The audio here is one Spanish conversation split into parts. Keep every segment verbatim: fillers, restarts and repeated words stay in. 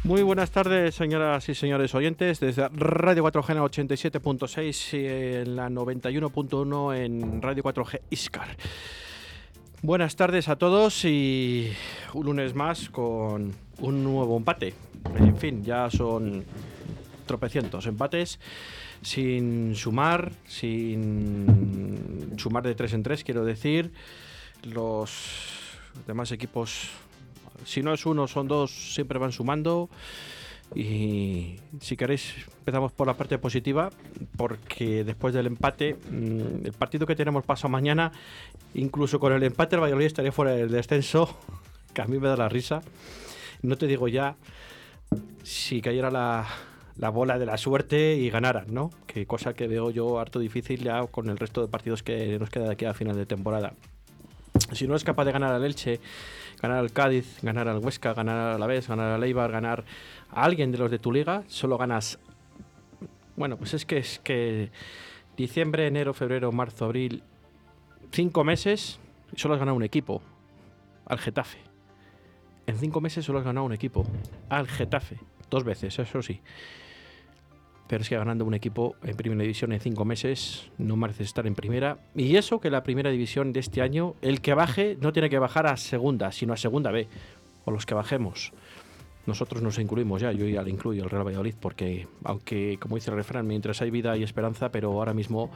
Muy buenas tardes, señoras y señores oyentes, desde Radio cuatro G en ochenta y siete punto seis y en la noventa y uno punto uno en Radio cuatro G Iscar. Buenas tardes a todos y un lunes más con un nuevo empate. En fin, ya son tropecientos empates sin sumar, sin sumar de tres en tres, quiero decir. Los demás equipos, si no es uno, son dos, siempre van sumando. Y si queréis empezamos por la parte positiva, porque después del empate, el partido que tenemos pasado mañana, incluso con el empate el Valladolid estaría fuera del descenso, que a mí me da la risa. No te digo ya si cayera la, la bola de la suerte y ganaran, ¿no? Que cosa que veo yo harto difícil ya con el resto de partidos que nos queda de aquí a final de temporada. Si no es capaz de ganar al Elche, ganar al Cádiz, ganar al Huesca, ganar al Alavés, ganar al Eibar, ganar a alguien de los de tu liga, solo ganas... Bueno, pues es que es que diciembre, enero, febrero, marzo, abril, cinco meses y solo has ganado un equipo, al Getafe. En cinco meses solo has ganado un equipo, al Getafe, dos veces, eso sí. Pero es que ganando un equipo en primera división en cinco meses no mereces estar en primera. Y eso que la primera división de este año, el que baje no tiene que bajar a segunda, sino a segunda B, o los que bajemos. Nosotros nos incluimos ya, yo ya le incluyo el Real Valladolid, porque aunque, como dice el refrán, mientras hay vida hay esperanza, pero ahora mismo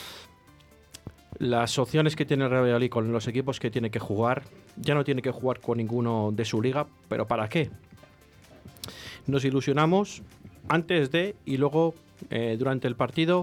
las opciones que tiene el Real Valladolid con los equipos que tiene que jugar, ya no tiene que jugar con ninguno de su liga, pero ¿para qué? Nos ilusionamos antes de y luego eh, durante el partido,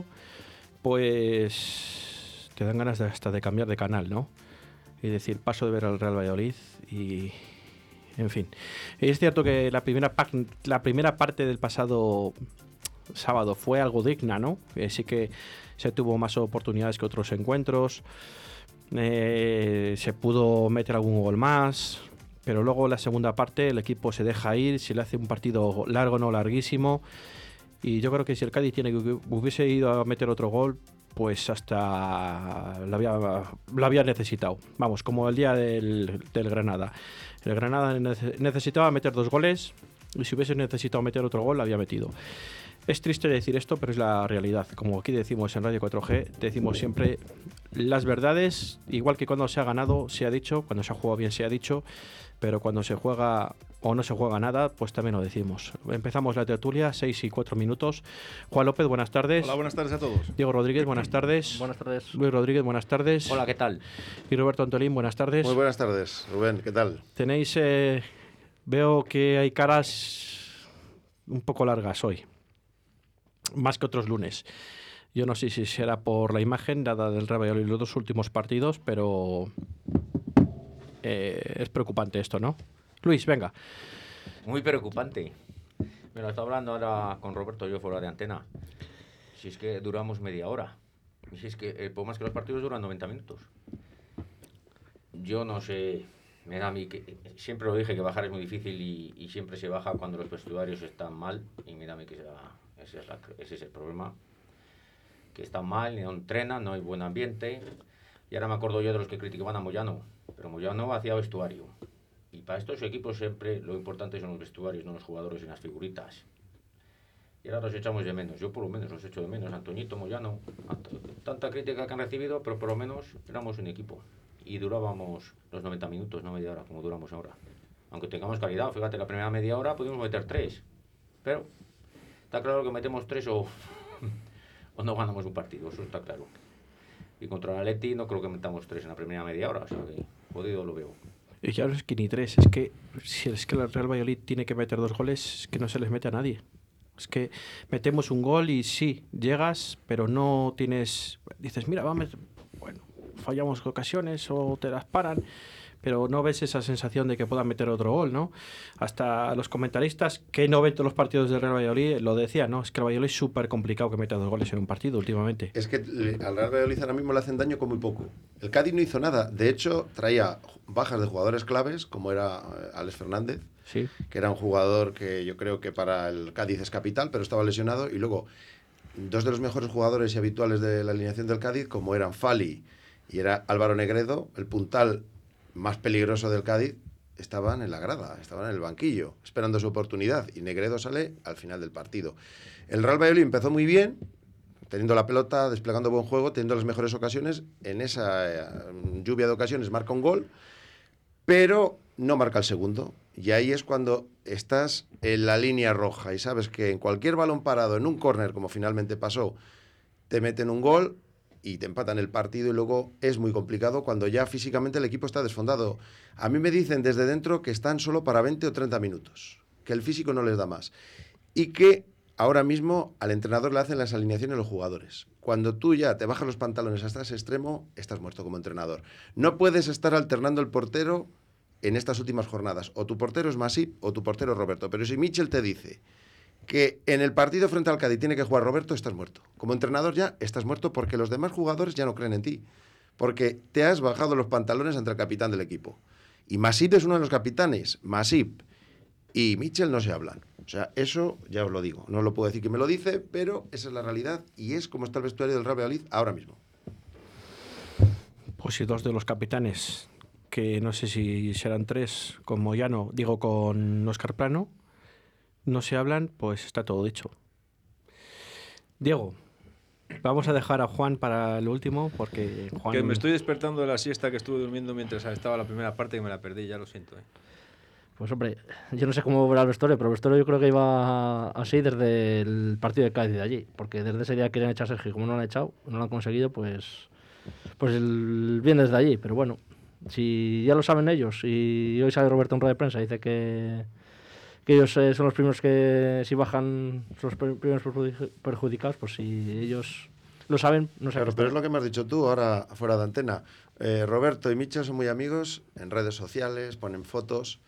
pues te dan ganas de, hasta de cambiar de canal, ¿no? Y decir, paso de ver al Real Valladolid y... En fin, es cierto que la primera, la primera parte del pasado sábado fue algo digna, ¿no? Eh, sí que se tuvo más oportunidades que otros encuentros, eh, se pudo meter algún gol más, pero luego la segunda parte el equipo se deja ir, se le hace un partido largo, no larguísimo, y yo creo que si el Cádiz tiene que hubiese ido a meter otro gol, pues hasta lo había, lo había necesitado. Vamos, como el día del, del Granada. El Granada necesitaba meter dos goles y si hubiese necesitado meter otro gol, lo había metido. Es triste decir esto, pero es la realidad. Como aquí decimos en Radio cuatro G, decimos siempre las verdades, igual que cuando se ha ganado, se ha dicho, cuando se ha jugado bien, se ha dicho, pero cuando se juega o no se juega nada, pues también lo decimos. Empezamos la tertulia, seis y cuatro minutos. Juan López, buenas tardes. Hola, buenas tardes a todos. Diego Rodríguez, buenas tardes. Buenas tardes. Luis Rodríguez, buenas tardes. Hola, ¿qué tal? Y Roberto Antolín, buenas tardes. Muy buenas tardes, Rubén, ¿qué tal? Tenéis, eh, veo que hay caras un poco largas hoy, más que otros lunes. Yo no sé si será por la imagen dada del Real Valladolid los dos últimos partidos, pero eh, es preocupante esto, ¿no? Luis, venga. Muy preocupante. Me lo está hablando ahora con Roberto, yo fuera de antena. Si es que duramos media hora. Y si es que el problema es que los partidos duran noventa minutos. Yo no sé, me da a mí que... Siempre lo dije que bajar es muy difícil y, y siempre se baja cuando los vestuarios están mal. Y me da a mí que sea, ese, es la, ese es el problema. Que están mal, no entrenan, no hay buen ambiente. Y ahora me acuerdo yo de los que criticaban a Moyano. Pero Moyano hacía vestuario. Y para estos equipos siempre lo importante son los vestuarios, no los jugadores y las figuritas. Y ahora los echamos de menos. Yo por lo menos los echo de menos. Antoñito, Moyano, tanta crítica que han recibido, pero por lo menos éramos un equipo. Y durábamos los noventa minutos, no media hora, como duramos ahora. Aunque tengamos calidad, fíjate, la primera media hora pudimos meter tres. Pero está claro que metemos tres o, o no ganamos un partido, eso está claro. Y contra el Atleti no creo que metamos tres en la primera media hora, o sea que jodido lo veo. Y ya no es que ni tres, es que si es que el Real Valladolid tiene que meter dos goles, es que no se les mete a nadie. Es que metemos un gol y sí, llegas, pero no tienes... Dices, mira, vamos, bueno, fallamos ocasiones o te las paran, pero no ves esa sensación de que puedan meter otro gol, ¿no? Hasta los comentaristas que no ven todos los partidos del Real Valladolid lo decían, ¿no? Es que el Valladolid es súper complicado que meta dos goles en un partido últimamente. Es que al Real Valladolid ahora mismo le hacen daño con muy poco. El Cádiz no hizo nada. De hecho, traía bajas de jugadores claves, como era Alex Fernández, sí, que era un jugador que yo creo que para el Cádiz es capital, pero estaba lesionado. Y luego, dos de los mejores jugadores y habituales de la alineación del Cádiz, como eran Fali y era Álvaro Negredo, el puntal más peligroso del Cádiz, estaban en la grada, estaban en el banquillo, esperando su oportunidad, y Negredo sale al final del partido. El Real Valladolid empezó muy bien, teniendo la pelota, desplegando buen juego, teniendo las mejores ocasiones. En esa eh, lluvia de ocasiones marca un gol, pero no marca el segundo. Y ahí es cuando estás en la línea roja y sabes que en cualquier balón parado, en un córner, como finalmente pasó, te meten un gol y te empatan el partido, y luego es muy complicado cuando ya físicamente el equipo está desfondado. A mí me dicen desde dentro que están solo para veinte o treinta minutos, que el físico no les da más. Y que ahora mismo al entrenador le hacen las alineaciones los jugadores. Cuando tú ya te bajas los pantalones hasta ese extremo, estás muerto como entrenador. No puedes estar alternando el portero en estas últimas jornadas. O tu portero es Masip o tu portero es Roberto. Pero si Mitchell te dice que en el partido frente al Cádiz tiene que jugar Roberto, estás muerto. Como entrenador ya estás muerto, porque los demás jugadores ya no creen en ti. Porque te has bajado los pantalones ante el capitán del equipo. Y Masip es uno de los capitanes. Masip y Mitchell no se hablan. O sea, eso ya os lo digo. No lo puedo decir que me lo dice, pero esa es la realidad y es como está el vestuario del Real Valladolid ahora mismo. Pues si dos de los capitanes, que no sé si serán tres, con Moyano, digo con Óscar Plano, no se hablan, pues está todo dicho. Diego, vamos a dejar a Juan para el último, porque Juan... Que me estoy despertando de la siesta que estuve durmiendo mientras estaba la primera parte y me la perdí, ya lo siento. ¿eh? Pues hombre, yo no sé cómo verá el vestuario, pero el vestuario yo creo que iba así desde el partido de Cádiz de allí, porque desde ese día querían echar a Sergio, y como no lo han echado, no lo han conseguido, pues, pues el, bien desde allí. Pero bueno, si ya lo saben ellos, y hoy sale Roberto en rueda de prensa, dice que, que ellos eh, son los primeros que si bajan son los primeros perjudicados, pues si ellos lo saben, no sé. Claro, pero es lo que me has dicho tú ahora fuera de antena. Eh, Roberto y Mitchell son muy amigos en redes sociales, ponen fotos.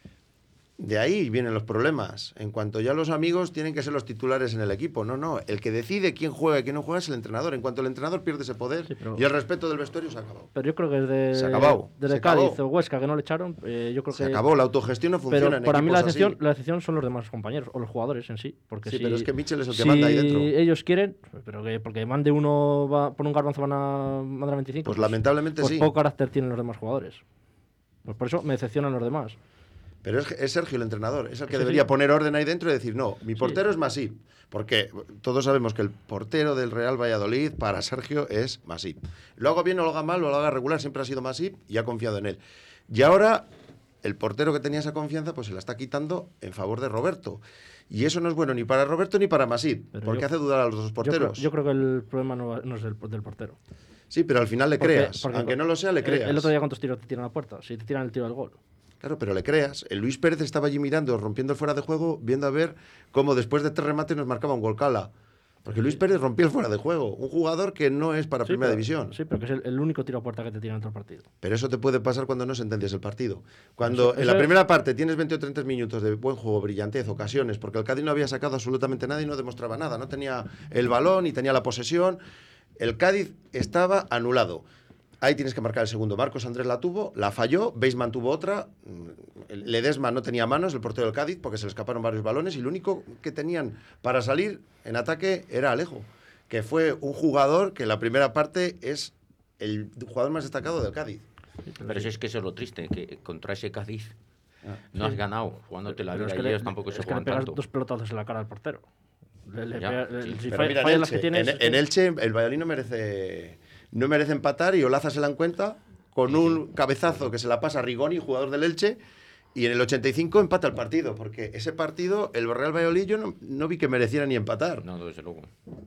De ahí vienen los problemas. En cuanto ya los amigos tienen que ser los titulares en el equipo. No, no. El que decide quién juega y quién no juega es el entrenador. En cuanto el entrenador pierde ese poder, sí, pero... y el respeto del vestuario, se ha acabado. Pero yo creo que desde, se ha acabado. desde se Cádiz acabó. o Huesca, que no le echaron, eh, yo creo se que... Se acabó. La autogestión no funciona pero en para mí la excepción, así. la excepción son los demás compañeros o los jugadores en sí. Porque sí, si, pero es que Mitchell es el que si manda ahí dentro. ellos quieren, pero que porque mande uno va, por un garbanzo van a mandar veinticinco. Pues, pues lamentablemente pues sí. Poco carácter tienen los demás jugadores. Pues por eso me decepcionan los demás. Pero es, es Sergio el entrenador, es el que sí, debería sí. poner orden ahí dentro y decir, no, mi portero sí. es Masip. Porque todos sabemos que el portero del Real Valladolid para Sergio es Masip. Lo haga bien o lo haga mal o lo haga regular, siempre ha sido Masip y ha confiado en él. Y ahora el portero que tenía esa confianza pues se la está quitando en favor de Roberto. Y eso no es bueno ni para Roberto ni para Masip, pero porque yo, hace dudar a los dos porteros. Yo creo, yo creo que el problema no, no es del, del portero. Sí, pero al final le porque, creas. porque, aunque no lo sea, le creas. El, el otro día, ¿cuántos tiros te tiran a la puerta? Si te tiran el tiro del gol. Claro, pero le creas. El Luis Pérez estaba allí mirando, rompiendo el fuera de juego, viendo a ver cómo después de tres remates nos marcaba un gol Cala. Porque Luis Pérez rompió el fuera de juego. Un jugador que no es para sí, primera pero, división. Sí, pero que es el, el único tiro a puerta que te tiran en todo el partido. Pero eso te puede pasar cuando no sentencias el partido. Cuando eso, en eso... la primera parte tienes veinte o treinta minutos de buen juego, brillantez, ocasiones, porque el Cádiz no había sacado absolutamente nada y no demostraba nada. No tenía el balón y tenía la posesión. El Cádiz estaba anulado. Ahí tienes que marcar el segundo. Marcos Andrés la tuvo, la falló, Beisman tuvo otra, Ledesma no tenía manos, el portero del Cádiz, porque se le escaparon varios balones, y lo único que tenían para salir en ataque era Alejo, que fue un jugador que en la primera parte es el jugador más destacado del Cádiz. Pero si es que eso es lo triste, que contra ese Cádiz ah, no sí. has ganado, jugándote la pero vida, es que y ellos le, tampoco es se que juegan le pegas tanto. dos pelotazos en la cara al portero. Le, le ya, pega, sí. Si pero mira, en Elche, que tienes, en, en Elche el Valladolid no merece... No merece empatar y Olaza se la encuentra con sí, un sí. cabezazo que se la pasa a Rigoni, jugador del Elche, y en el ochenta y cinco empata el partido, porque ese partido, el Real Valladolid, yo no, no vi que mereciera ni empatar. No, desde luego.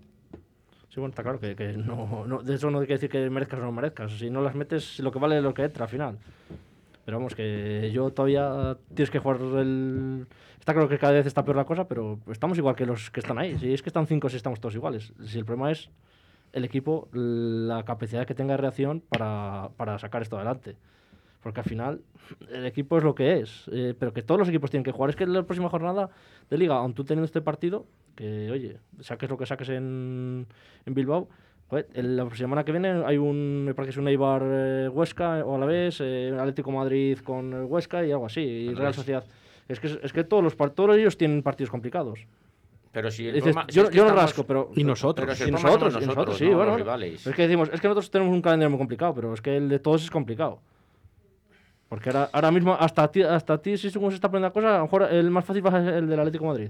Sí, bueno, está claro que, que no, no, de eso no hay que decir que merezcas o no merezcas. Si no las metes, lo que vale es lo que entra al final. Pero vamos, que yo todavía tienes que jugar el... Está claro que cada vez está peor la cosa, pero estamos igual que los que están ahí. Si es que están cinco, si estamos todos iguales. Si el problema es el equipo, la capacidad que tenga de reacción para, para sacar esto adelante. Porque al final el equipo es lo que es, eh, pero que todos los equipos tienen que jugar. Es que en la próxima jornada de Liga, aun tú teniendo este partido, que oye, saques lo que saques en, en Bilbao, joder, en la semana que viene hay un, me parece que es un Eibar eh, Huesca o a la vez, eh, Atlético Madrid con el Huesca y algo así, y Real Sociedad. Es que, es que todos, los, todos ellos tienen partidos complicados. Pero si el dices, problema, yo, si es que yo estamos... no rasco, pero... Y nosotros. Pero si y el nosotros, somos y nosotros, nosotros, sí, no bueno. los rivales. Es que decimos, es que nosotros tenemos un calendario muy complicado, pero es que el de todos es complicado. Porque ahora, ahora mismo, hasta a ti, hasta a ti, si según se está poniendo la cosa, a lo mejor el más fácil va a ser el del Atlético de Madrid.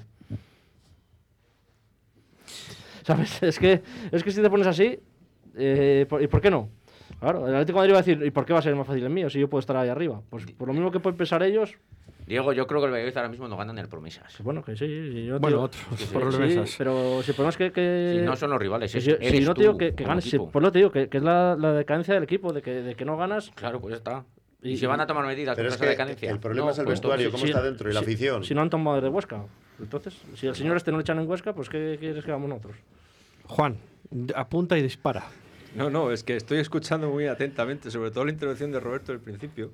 ¿Sabes? Es que, es que si te pones así, eh, ¿y por qué no? Claro, el Atlético de Madrid va a decir, ¿y por qué va a ser más fácil el mío si yo puedo estar ahí arriba? Pues por lo mismo que pueden pensar ellos. Diego, yo creo que el Valladolid ahora mismo no gana ni el Promesas. Pues bueno, que sí. sí yo Bueno, digo, otros sí, promesas. sí, pero si el problema es que... que Si no son los rivales, que es, si, eres si no te tú digo que, que como ganes, si, equipo. pues no te digo que, que es la, la decadencia del equipo, de que, de que no ganas. Claro, pues ya está. Y, Y- si van a tomar medidas Pero contra es esa que decadencia. el problema No, es el pues vestuario, entonces- cómo está dentro y la si- afición. Si no han tomado desde Huesca. Entonces, si el señor este no le echan en Huesca, pues ¿qué quieres que hagamos nosotros? Juan, apunta y dispara. No, no, es que estoy escuchando muy atentamente, sobre todo la intervención de Roberto al principio,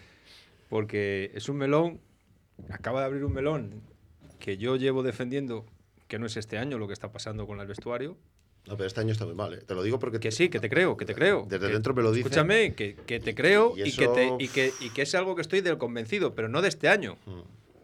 porque es un melón, acaba de abrir un melón que yo llevo defendiendo, que no es este año lo que está pasando con el vestuario. No, pero este año está muy mal, ¿eh? Te lo digo porque... Que sí, que te creo, que te creo. Desde que- dentro me lo dicen. Escúchame, que, que te creo Y y, que te- eso- y, que, y que es algo que estoy del convencido, pero no de este año. Mm.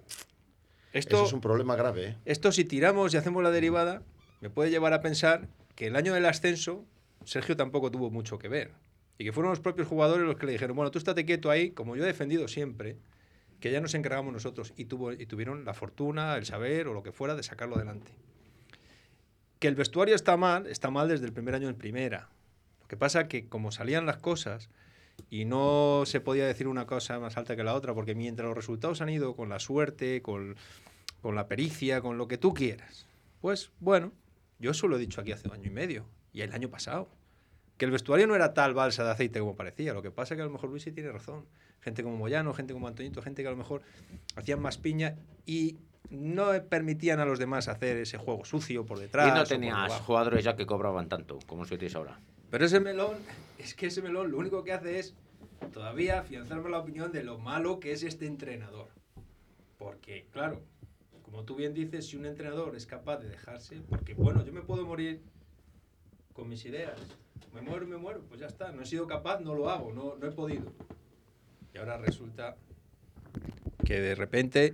Esto, Eso es un problema grave, ¿eh? esto si tiramos y hacemos la derivada, me puede llevar a pensar que el año del ascenso, Sergio tampoco tuvo mucho que ver. Y que fueron los propios jugadores los que le dijeron, bueno, tú estate quieto ahí, como yo he defendido siempre, que ya nos encargamos nosotros. Y, tuvo, y tuvieron la fortuna, el saber o lo que fuera de sacarlo adelante. Que el vestuario está mal, está mal desde el primer año en primera. Lo que pasa que como salían las cosas y no se podía decir una cosa más alta que la otra, porque mientras los resultados han ido con la suerte, con, con la pericia, con lo que tú quieras, pues bueno, yo eso lo he dicho aquí hace un año y medio y el año pasado. Que el vestuario no era tal balsa de aceite como parecía. Lo que pasa es que a lo mejor Luis sí tiene razón. Gente como Moyano, gente como Antoñito, gente que a lo mejor hacían más piña y no permitían a los demás hacer ese juego sucio por detrás. Y o no por tenías debajo. jugadores ya que cobraban tanto como si tienes ahora. Pero ese melón, es que ese melón lo único que hace es todavía afianzarme la opinión de lo malo que es este entrenador. Porque, claro, como tú bien dices, si un entrenador es capaz de dejarse, porque bueno, yo me puedo morir con mis ideas. Me muero, me muero, pues ya está. No he sido capaz, no lo hago, no, no he podido. Y ahora resulta que de repente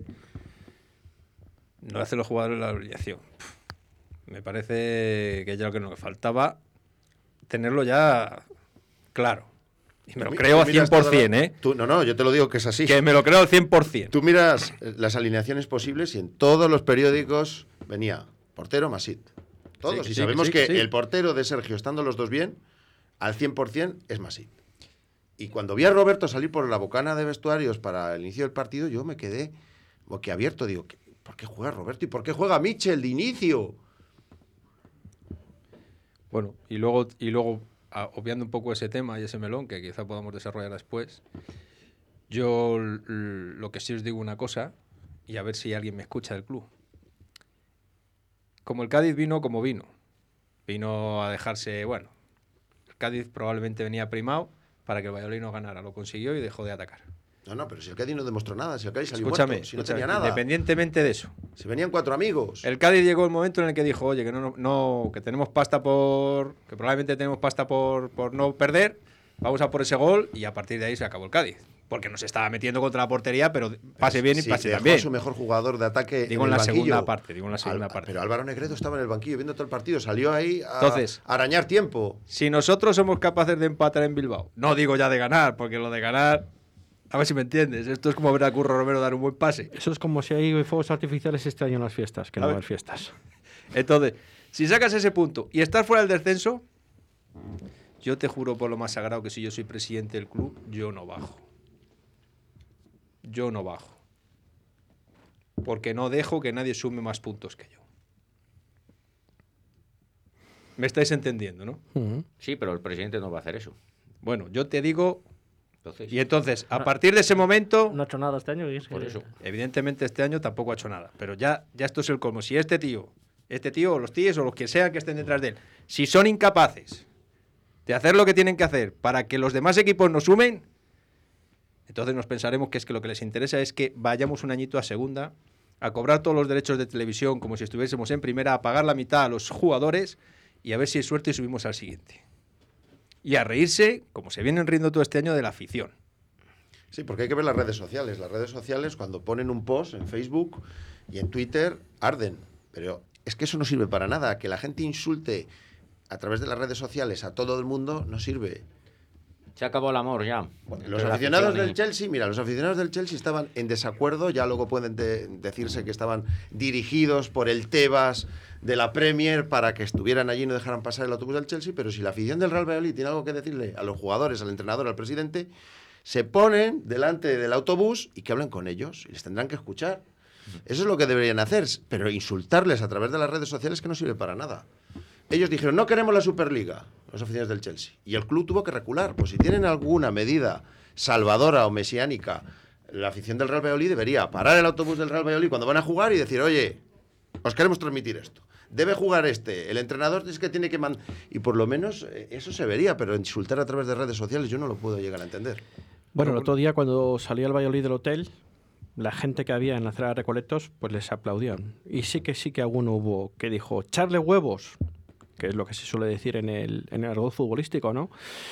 no hacen los jugadores la obligación. Me parece que ya lo que nos faltaba tenerlo ya claro. Y me lo Tú mi- creo tú al miras cien por toda la- cien, ¿eh? Tú, no, no, yo te lo digo que es así. Que me lo creo al cien por cien. Tú miras eh, las alineaciones posibles y en todos los periódicos venía portero Masip. Todos. Sí, y sí, sabemos sí, que sí. el portero de Sergio, estando los dos bien, al cien por cien es Masip. Y cuando vi a Roberto salir por la bocana de vestuarios para el inicio del partido, yo me quedé boquiabierto. Digo, ¿qué- ¿por qué juega Roberto? ¿Y por qué juega Michel de inicio? Bueno, y luego, y luego a- obviando un poco ese tema y ese melón que quizá podamos desarrollar después, yo l- l- lo que sí os digo una cosa, y a ver si alguien me escucha del club. Como el Cádiz vino como vino, vino a dejarse, bueno, el Cádiz probablemente venía primado para que el Valladolid no ganara, lo consiguió y dejó de atacar. No, no, pero si el Cádiz no demostró nada, si el Cádiz salió Escúchame, muerto, si no escúchame, tenía nada. independientemente de eso. Si venían cuatro amigos. El Cádiz llegó el momento en el que dijo, oye, que no, no, no- que tenemos pasta por, que probablemente tenemos pasta por, por no perder, vamos a por ese gol y a partir de ahí se acabó el Cádiz. Porque nos estaba metiendo contra la portería, pero pase bien y Sí, pase dejó también. a su mejor jugador de ataque Digo en en el la banquillo. segunda parte, digo en la segunda Al- parte. Pero Álvaro Negredo estaba en el banquillo viendo todo el partido, salió ahí a, Entonces- a arañar tiempo. Si nosotros somos capaces de empatar en Bilbao, no digo ya de ganar, porque lo de ganar, a ver si me entiendes, esto es como ver a Curro Romero dar un buen pase. Eso es como si hay fuegos artificiales este año en las fiestas, que A no va a ver. haber fiestas. Entonces, si sacas ese punto y estás fuera del descenso, yo te juro por lo más sagrado que si yo soy presidente del club, yo no bajo. Yo no bajo. Porque no dejo que nadie sume más puntos que yo. ¿Me estáis entendiendo, no? Ujú. Sí, pero el presidente no va a hacer eso. Bueno, yo te digo... Entonces, Y entonces, a partir de ese momento... No ha hecho nada este año. Y es por que- eso. Evidentemente este año tampoco ha hecho nada, pero ya, ya esto es el colmo. Si este tío, este tío o los tíos o los que sean que estén detrás de él, si son incapaces de hacer lo que tienen que hacer para que los demás equipos nos sumen, entonces nos pensaremos que es que lo que les interesa es que vayamos un añito a segunda, a cobrar todos los derechos de televisión como si estuviésemos en primera, a pagar la mitad a los jugadores y a ver si hay suerte y subimos al siguiente. Y a reírse, como se vienen riendo todo este año, de la afición. Sí, porque hay que ver las redes sociales. Las redes sociales, cuando ponen un post en Facebook y en Twitter, arden. Pero es que eso no sirve para nada. Que la gente insulte a través de las redes sociales a todo el mundo no sirve. Se acabó el amor ya. Bueno, los aficionados del Chelsea, mira, los aficionados del Chelsea estaban en desacuerdo, ya luego pueden de- decirse que estaban dirigidos por el Tebas de la Premier para que estuvieran allí y no dejaran pasar el autobús del Chelsea, pero si la afición del Real Valladolid tiene algo que decirle a los jugadores, al entrenador, al presidente, se ponen delante del autobús y que hablen con ellos y les tendrán que escuchar. Eso es lo que deberían hacer, pero insultarles a través de las redes sociales que no sirve para nada. Ellos dijeron, no queremos la Superliga, los aficionados del Chelsea. Y el club tuvo que recular. Pues si tienen alguna medida salvadora o mesiánica, la afición del Real Valladolid debería parar el autobús del Real Valladolid cuando van a jugar y decir, oye, os queremos transmitir esto. Debe jugar este, el entrenador es que tiene que mandar... Y por lo menos eh, eso se vería, pero insultar a través de redes sociales yo no lo puedo llegar a entender. Bueno, el otro día cuando salía el Valladolid del hotel, la gente que había en la acera de Recoletos, pues les aplaudían. Y sí que sí que alguno hubo que dijo, echarle huevos, que es lo que se suele decir en el, en el argot futbolístico, ¿no?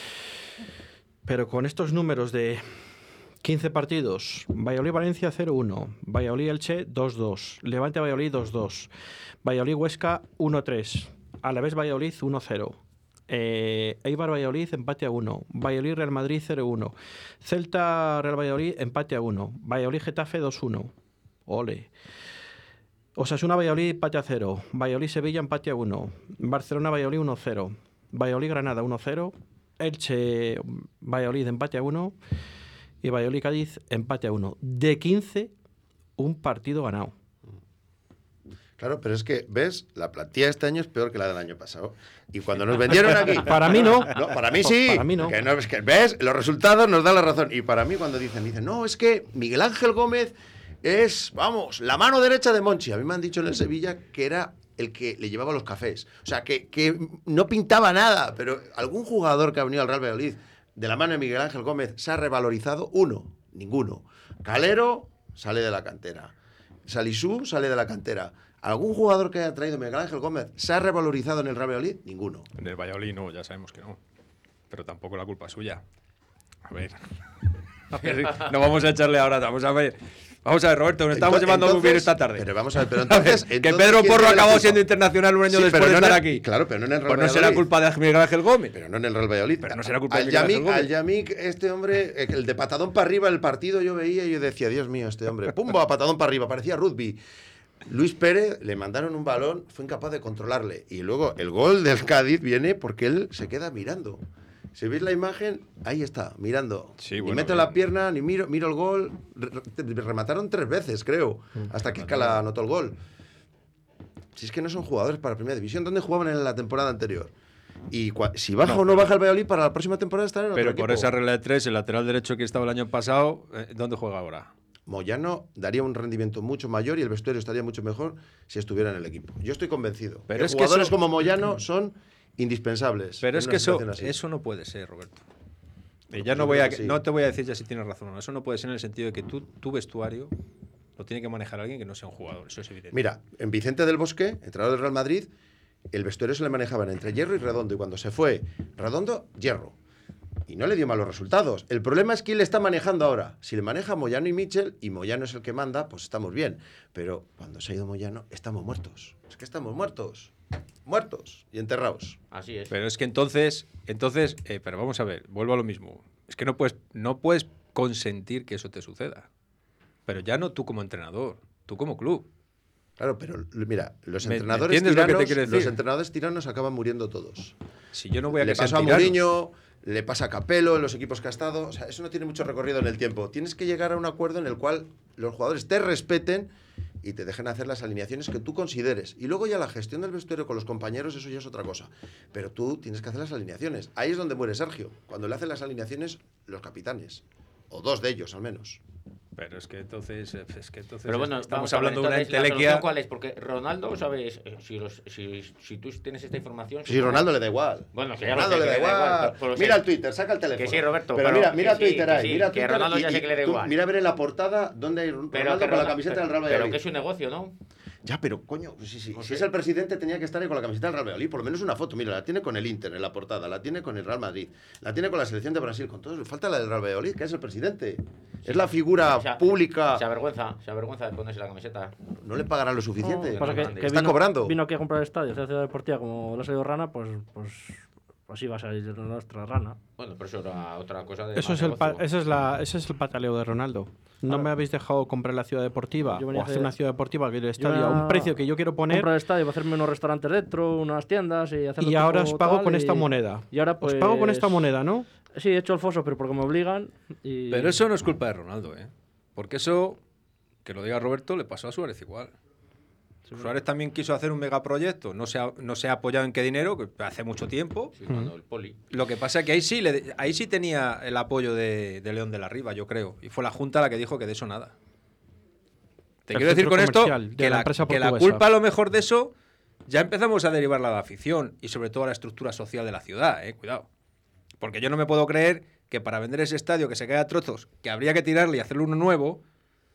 Pero con estos números de quince partidos, Valladolid-Valencia cero uno, Valladolid-Elche dos dos, Levante-Valladolid dos dos, Valladolid-Huesca uno tres, Alavés-Valladolid uno cero, eh, Eibar-Valladolid empate a uno, Valladolid-Real Madrid cero uno, Celta-Real Valladolid empate a uno, Valladolid-Getafe dos uno, ole. Osasuna-Valladolid empate a cero, Valladolid-Sevilla empate a uno, Barcelona-Valladolid uno cero, Valladolid-Granada uno cero, Elche-Valladolid empate a uno y Valladolid-Cádiz empate a uno. De quince, un partido ganado. Claro, pero es que, ¿ves? La plantilla de este año es peor que la del año pasado. Y cuando nos vendieron aquí... Para mí no. No, para mí sí. Para mí no. Que no es que, ¿ves? Los resultados nos dan la razón. Y para mí cuando dicen, dicen, no, es que Miguel Ángel Gómez es, vamos, la mano derecha de Monchi. A mí me han dicho en el Sevilla que era el que le llevaba los cafés. O sea, que, que no pintaba nada. Pero algún jugador que ha venido al Real Valladolid de la mano de Miguel Ángel Gómez se ha revalorizado. Uno, ninguno. Calero sale de la cantera. Salisú sale de la cantera. ¿Algún jugador que haya traído Miguel Ángel Gómez se ha revalorizado en el Real Valladolid? Ninguno. En el Valladolid no, ya sabemos que no. Pero tampoco la culpa es suya. A ver. A ver, no vamos a echarle ahora. Vamos a ver. Vamos a ver, Roberto, nos estamos Entonces- llevando muy bien esta tarde. Pero vamos a ver, pero entonces... que entonces, Pedro ¿quién Porro tiene la acabó culpa? siendo internacional un año Sí, después pero de no en estar el- aquí. Claro, pero no en el Real Pues no será Valladolid. culpa de Miguel Ángel Gómez. Pero no en el Real Valladolid. Pero no será culpa de Al Miguel Ángel Yamik, Gómez. al Yamik, este hombre, el de patadón para arriba, el partido yo veía y yo decía, Dios mío, este hombre, pumba, patadón para arriba, parecía rugby. Luis Pérez le mandaron un balón, fue incapaz de controlarle. Y luego el gol del Cádiz viene porque él se queda mirando. Si veis la imagen, ahí está, mirando. Sí, ni bueno, meto bien. la pierna, ni miro, miro el gol. Re- re- remataron tres veces, creo, hasta que Cala anotó el gol. Si es que no son jugadores para la primera división, ¿dónde jugaban en la temporada anterior? Y cua- si baja No, o no pero- baja el Valladolid, para la próxima temporada estará en otro Pero por equipo. esa regla de tres, el lateral derecho que estaba el año pasado, eh, ¿dónde juega ahora? Moyano daría un rendimiento mucho mayor y el vestuario estaría mucho mejor si estuviera en el equipo. Yo estoy convencido. Pero que es que jugadores eso- como Moyano son indispensables. Pero en es una que eso, situación así. eso no puede ser, Roberto. Y Bueno, ya pues no yo voy creo a, que sí. no te voy a decir ya si tienes razón o no. Eso no puede ser en el sentido de que tú, tu vestuario lo tiene que manejar alguien que no sea un jugador. Eso es evidente. Mira, en Vicente del Bosque, entrenador del Real Madrid, el vestuario se le manejaban entre Hierro y Redondo. Y cuando se fue Redondo, Hierro. Y no le dio malos resultados. El problema es quién le está manejando ahora. Si le maneja Moyano y Michel, y Moyano es el que manda, pues estamos bien. Pero cuando se ha ido Moyano, estamos muertos. Es que estamos muertos. Muertos y enterrados. Así es. Pero es que entonces, entonces, eh, pero vamos a ver, vuelvo a lo mismo. Es que no puedes, no puedes consentir que eso te suceda. Pero ya no tú como entrenador, tú como club. Claro, pero l- mira, los ¿Me- me entrenadores entiendes lo que te tiranos, quiero decir? los entrenadores tiranos acaban muriendo todos. Si yo no voy a Le que sean pasó a tiranos. Mourinho, le pasa a Capello en los equipos que ha estado. O sea, eso no tiene mucho recorrido en el tiempo. Tienes que llegar a un acuerdo en el cual los jugadores te respeten y te dejen hacer las alineaciones que tú consideres. Y luego ya la gestión del vestuario con los compañeros, eso ya es otra cosa. Pero tú tienes que hacer las alineaciones. Ahí es donde muere Sergio, cuando le hacen las alineaciones los capitanes. O dos de ellos, al menos. Pero es que entonces, es que entonces Pero bueno, estamos vamos a ver, hablando de una entonces, ¿la entelequia. solución ¿cuál es? Porque Ronaldo, ¿sabes? Eh, Si, los, si, si tú tienes esta información... Si Ronaldo le da igual. Bueno, que ya lo Ronaldo sé, le da que le da igual. igual, pero- pero Mira sí. el Twitter, saca el teléfono. Que sí, Roberto, Pero pero mira, que mira sí, Twitter que ahí. sí, mira que Twitter Ronaldo ya y- sé que le da tú igual. Mira a ver en la portada dónde hay Ronaldo Pero que con la Ronaldo- camiseta del Real Pero Valladolid. que es un negocio, ¿no? Ya, pero coño, sí, sí. No Si sé. es el presidente, tenía que estar ahí con la camiseta del Real Valladolid. Por lo menos una foto. Mira, la tiene con el Inter en la portada, la tiene con el Real Madrid, la tiene con la selección de Brasil, con todo. Falta la del Real Valladolid, que es el presidente. Es la figura O sea, pública. Se avergüenza, se avergüenza de ponerse la camiseta. No le pagarán lo suficiente. No, Pasa que, Está que Está vino, cobrando. Vino aquí a comprar el estadio, hace Ciudad Deportiva, como le ha salido rana, pues, pues así va a salir nuestra rana. Bueno, pero eso era otra cosa de Eso más es el pa- negocio. ese, es la, ese es el pataleo de Ronaldo. No Claro. me habéis dejado comprar la ciudad deportiva Yo o venía a hacer hacer- una ciudad deportiva que el Yo estadio a un venía precio que yo quiero poner Comprar el estadio, hacerme unos restaurantes dentro, unas tiendas y hacerlo y ahora tipo os pago tal, con y- esta moneda. Y ahora pues... Os pago con esta moneda, ¿no? Sí, he hecho el foso, pero porque me obligan y... Pero eso no es culpa de Ronaldo, ¿eh? Porque eso, que lo diga Roberto, le pasó a Suárez igual. Suárez también quiso hacer un megaproyecto, no se ha, no se ha apoyado en qué dinero, que hace mucho tiempo. Sí, cuando el poli. Lo que pasa es que ahí sí, le, ahí sí tenía el apoyo de, de León de la Riva, yo creo. Y fue la Junta la que dijo que de eso nada. Te El quiero decir centro con esto comercial de que, la la, empresa que la portuguesa. culpa a lo mejor de eso ya empezamos a derivarla a la afición y sobre todo a la estructura social de la ciudad, eh, cuidado. Porque yo no me puedo creer que para vender ese estadio que se cae a trozos, que habría que tirarle y hacerle uno nuevo,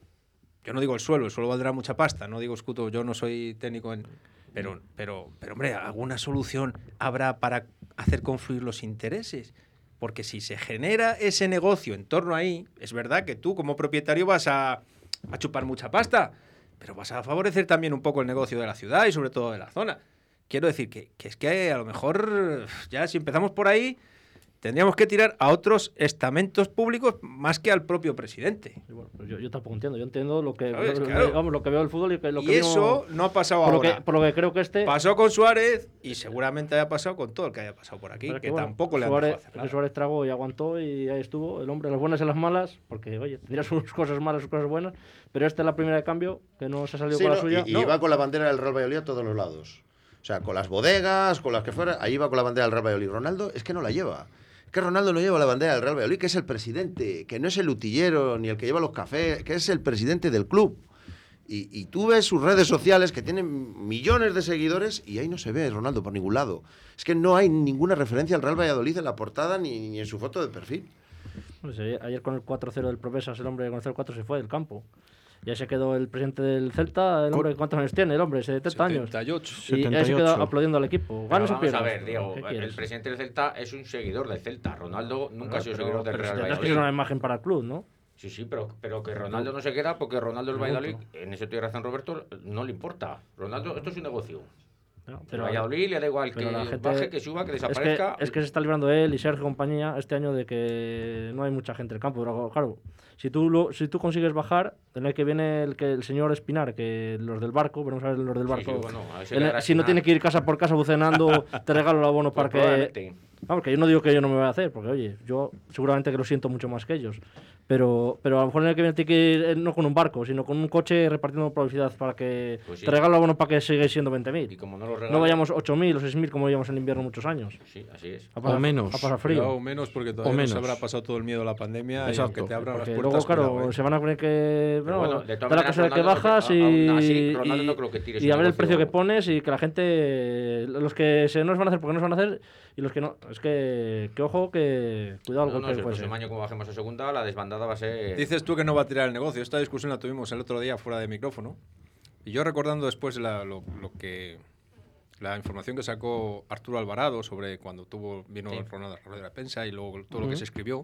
yo no digo el suelo, el suelo valdrá mucha pasta, no digo escuto, yo no soy técnico en... Pero, pero, pero hombre, alguna solución habrá para hacer confluir los intereses. Porque si se genera ese negocio en torno ahí, es verdad que tú como propietario vas a, a chupar mucha pasta, pero vas a favorecer también un poco el negocio de la ciudad y sobre todo de la zona. Quiero decir que, que es que a lo mejor ya si empezamos por ahí, tendríamos que tirar a otros estamentos públicos más que al propio presidente. Y bueno, pues yo, yo tampoco entiendo, yo entiendo lo que, ¿Sabes? lo, Claro. vamos, lo que veo del fútbol y que, lo Y que eso vino- no ha pasado por lo, ahora. que, por lo que creo que este... Pasó con Suárez y seguramente haya pasado con todo el que haya pasado por aquí, pero es que, bueno, tampoco le han Suárez, dejado hacer que nada. Suárez tragó y aguantó y ahí estuvo el hombre, las buenas y las malas, porque oye, tendría sus cosas malas, sus cosas buenas, pero esta es la primera de cambio, que no se ha salido Sí, con la no, suya. y, y No, iba con la bandera del Real Valladolid a todos los lados. O sea, con las bodegas, con las que fuera, ahí iba con la bandera del Real Valladolid. Ronaldo es que no la lleva. Es que Ronaldo no lleva la bandera del Real Valladolid, que es el presidente, que no es el utillero ni el que lleva los cafés, que es el presidente del club. Y, y tú ves sus redes sociales que tienen millones de seguidores y ahí no se ve Ronaldo por ningún lado. Es que no hay ninguna referencia al Real Valladolid en la portada ni, ni en su foto de perfil. no sé, ayer con el cuatro cero del Promesas, el hombre con el cero cuatro se fue del campo. Ya se quedó el presidente del Celta, el hombre, ¿cuántos años tiene? El hombre, setenta años. setenta y ocho. Y ahí se quedó setenta y ocho. aplaudiendo al equipo. Pero Ganas o vamos pierdas. a ver, Diego, ¿Qué el quieres? presidente del Celta es un seguidor del Celta. Ronaldo nunca Pero- ha sido pero- seguidor del pero Real si tendrás que Valladolid. ser una imagen para el club, ¿no? Sí, sí, pero, pero que Ronaldo no se queda porque Ronaldo el Pregunto. Valladolid, en eso tiene razón Roberto, no le importa. Ronaldo, esto es un negocio. No, Pero Valladolid le da igual que pero la gente- baje, que suba, que Es que, desaparezca. es que se está librando él y Sergio compañía este año de que no hay mucha gente en el campo. Pero claro, si tú, lo, si tú consigues bajar, en el que viene el, que, el señor Espinar, que los del barco, veremos a ver los del Sí, barco. sí, bueno, a ese en le el- hará si no Espinar. tiene que ir casa por casa bucenando, te regalo el abono Pues para que... probablemente. Vamos, que yo no digo que yo no me voy a hacer, porque oye, yo seguramente que lo siento mucho más que ellos. Pero, pero a lo mejor en el que viene tiene que ir eh, no con un barco, sino con un coche repartiendo publicidad para que Pues sí. te regalo el abono para que sigáis siendo veinte Y mil. como no lo regala, No vayamos ocho mil o seis mil como íbamos en invierno muchos años. Sí, así es. A pasar, O menos. A pasar frío. O menos porque todavía menos. no se habrá pasado todo el miedo a la pandemia Exacto. y aunque te abran las Porque puertas. luego, claro, cuidado, ¿eh? se van a poner que. Pero Bueno, bueno, de todas da la maneras, cosa de que Ronaldo, bajas que- y. aún así, Ronaldo y- no creo que tire y ese a ver el negocio. precio que pones y que la gente. Los que se nos van a hacer porque no se van a hacer y los que no. Es que. Que ojo, que. Cuidado No, al no, golpe si que el puede próximo ser. año como bajemos a segunda, la desbandada va a ser... Dices tú que no va a tirar el negocio. Esta discusión la tuvimos el otro día fuera de micrófono. Y yo recordando después la- lo, lo que la información que sacó Arturo Alvarado sobre cuando tuvo vino Sí. Ronaldo a la rueda de prensa y luego todo lo que Ujú. se escribió,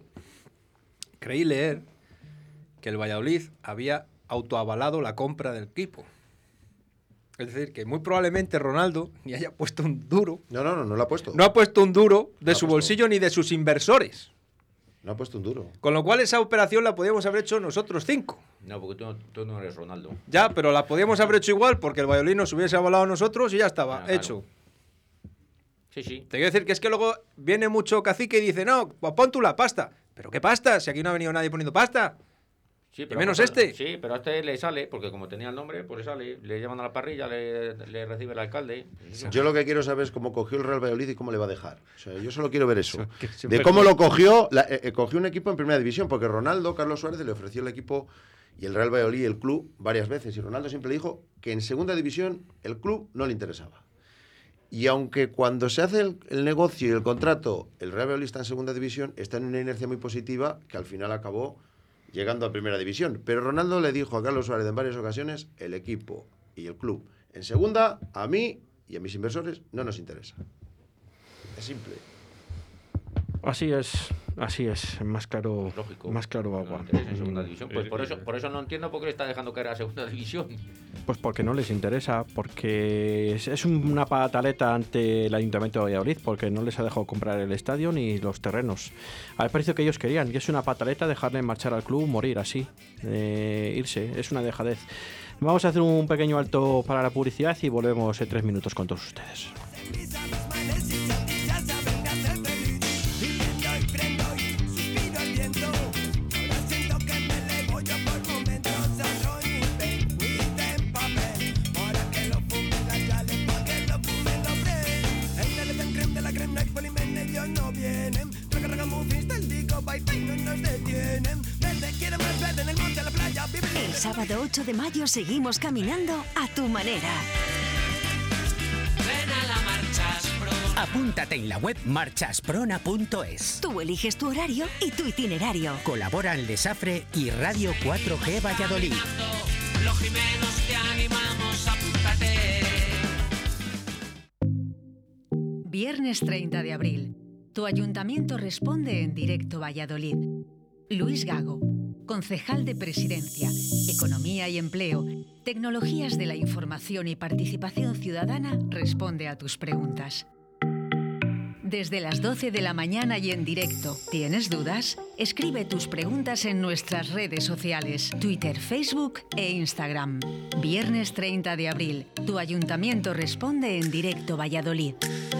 creí leer que el Valladolid había autoavalado la compra del equipo. Es decir, que muy probablemente Ronaldo ni haya puesto un duro, No, no, no, no lo ha puesto. no ha pusto un duro de ha su puesto. bolsillo ni de sus inversores. No ha puesto un duro. Con lo cual esa operación la podíamos haber hecho nosotros cinco. No, porque tú, no- tú no eres Ronaldo. Ya, pero la podíamos haber hecho igual porque el Valladolid nos hubiese avalado a nosotros y ya estaba Ah, claro. hecho. Sí, sí. Te quiero decir que es que luego viene mucho cacique y dice, no, pues pon tú la pasta. ¿Pero qué pasta? Si aquí no ha venido nadie poniendo pasta. Sí, Y menos como- este. Sí, pero a este le sale, porque como tenía el nombre, pues le sale. Le llaman a la parrilla, le, le recibe el alcalde. Pues eso. Yo lo que quiero saber es cómo cogió el Real Valladolid y cómo le va a dejar. O sea, yo solo quiero ver eso. Que siempre De cómo es- lo cogió, la- eh, eh, cogió un equipo en primera división, porque Ronaldo, Carlos Suárez, le ofreció el equipo y el Real Valladolid, el club, varias veces. Y Ronaldo siempre le dijo que en segunda división el club no le interesaba. Y aunque cuando se hace el, el negocio y el contrato, el Real Valladolid está en segunda división, está en una inercia muy positiva que al final acabó llegando a primera división. Pero Ronaldo le dijo a Carlos Suárez en varias ocasiones, el equipo y el club en segunda, a mí y a mis inversores no nos interesa. Es simple. Así es. Así es, más claro, Lógico. más claro No agua. le interesa en segunda división. Pues por eso, por eso no entiendo por qué le está dejando caer a segunda división. Pues porque no les interesa, porque es, es una pataleta ante el Ayuntamiento de Valladolid, porque no les ha dejado comprar el estadio ni los terrenos. Al precio que ellos querían, y es una pataleta dejarle marchar al club, morir así, eh, irse, es una dejadez. Vamos a hacer un pequeño alto para la publicidad y volvemos en tres minutos con todos ustedes. El sábado ocho de mayo seguimos caminando a tu manera. Ven a la Marchaspro. Apúntate en la web marchasprona punto es. Tú eliges tu horario y tu itinerario. Colaboran el Desafre y Radio cuatro G Valladolid. Los Jimenos te animamos, apúntate. Viernes treinta de abril. Tu ayuntamiento responde en directo Valladolid. Luis Gago, concejal de Presidencia, Economía y Empleo, Tecnologías de la Información y Participación Ciudadana, responde a tus preguntas. Desde las doce de la mañana y en directo. ¿Tienes dudas? Escribe tus preguntas en nuestras redes sociales, Twitter, Facebook e Instagram. Viernes treinta de abril. Tu ayuntamiento responde en directo Valladolid.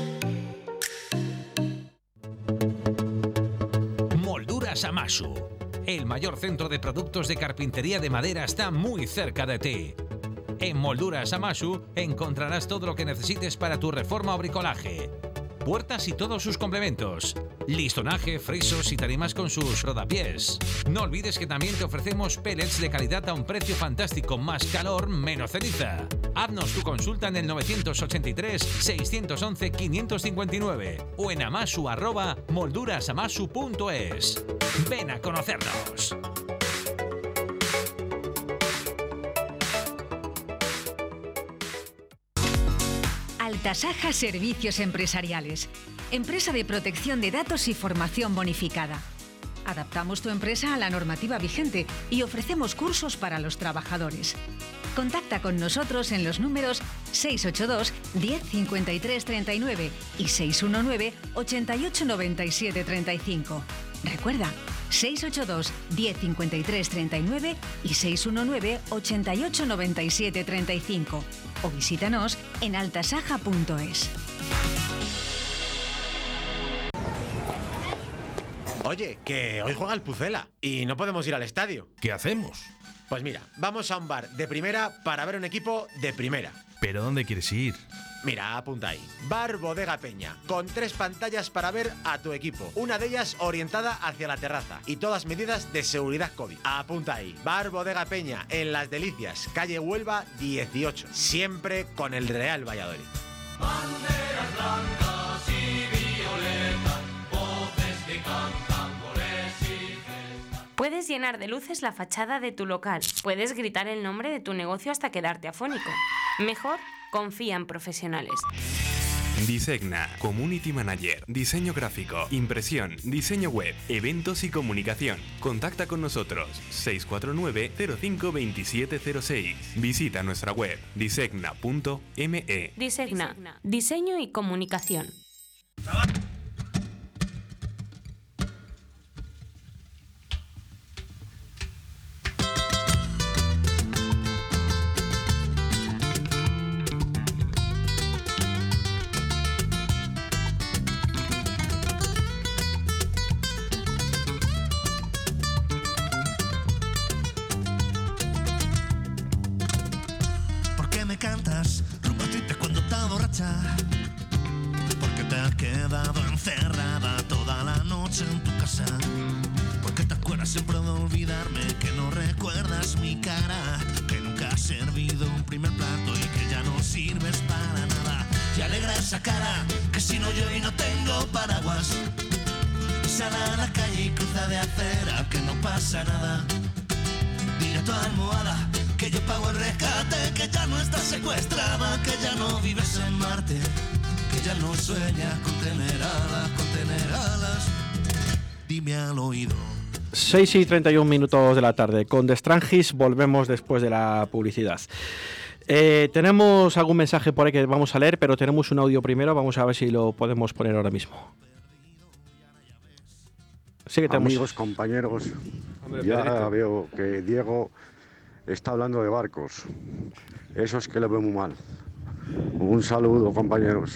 Molduras Amasu. El mayor centro de productos de carpintería de madera está muy cerca de ti. En Molduras Amasu encontrarás todo lo que necesites para tu reforma o bricolaje. Puertas y todos sus complementos. Listonaje, frisos y tarimas con sus rodapiés. No olvides que también te ofrecemos pellets de calidad a un precio fantástico. Más calor, menos ceniza. Haznos tu consulta en el novecientos ochenta y tres, seiscientos once, quinientos cincuenta y nueve o en amasu arroba moldurasamasu punto es. Ven a conocernos. Altasaja Servicios Empresariales. Empresa de protección de datos y formación bonificada. Adaptamos tu empresa a la normativa vigente y ofrecemos cursos para los trabajadores. Contacta con nosotros en los números seis ocho dos, diez, cincuenta y tres, treinta y nueve y seis uno nueve, ochenta y ocho, noventa y siete, treinta y cinco. Recuerda, seis ocho dos, diez, cincuenta y tres, treinta y nueve y seis uno nueve, ochenta y ocho, noventa y siete, treinta y cinco. O visítanos en altasaja punto es. Oye, que hoy juega el Pucela y no podemos ir al estadio. ¿Qué hacemos? Pues mira, vamos a un bar de primera para ver un equipo de primera. ¿Pero dónde quieres ir? Mira, apunta ahí. Bar Bodega Peña, con tres pantallas para ver a tu equipo. Una de ellas orientada hacia la terraza y todas medidas de seguridad COVID. Apunta ahí. Bar Bodega Peña, en Las Delicias, calle Huelva dieciocho. Siempre con el Real Valladolid. Banderas blancas y violetas, voces que cantan goles y gestas. Puedes llenar de luces la fachada de tu local. Puedes gritar el nombre de tu negocio hasta quedarte afónico. Mejor, confía en profesionales. Disegna, Community Manager, diseño gráfico, impresión, diseño web, eventos y comunicación. Contacta con nosotros seis cuatro nueve, cero cinco, dos siete cero seis. Visita nuestra web disegna punto me. Disegna, diseño y comunicación. Cantas rumbo triste cuando estás borracha, porque te has quedado encerrada toda la noche en tu casa, porque te acuerdas siempre de olvidarme, que no recuerdas mi cara, que nunca has servido un primer plato y que ya no sirves para nada. Y alegra esa cara, que si no llueve y no tengo paraguas, sal a la calle y cruza de acera, que no pasa nada. Dile a tu almohada que yo pago el rescate, que ya no estás secuestrada, que ya no vives en Marte, que ya no sueñas con tener alas, con tener alas. dime al oído. seis y treinta y un minutos de la tarde. Con The Strangis volvemos después de la publicidad. Eh, tenemos algún mensaje por ahí que vamos a leer, pero tenemos un audio primero. Vamos a ver si lo podemos poner ahora mismo. Sí que tenemos... Amigos, compañeros, Hombre, ya Pedrito. veo que Diego está hablando de barcos. Eso es que lo veo muy mal. Un saludo, compañeros.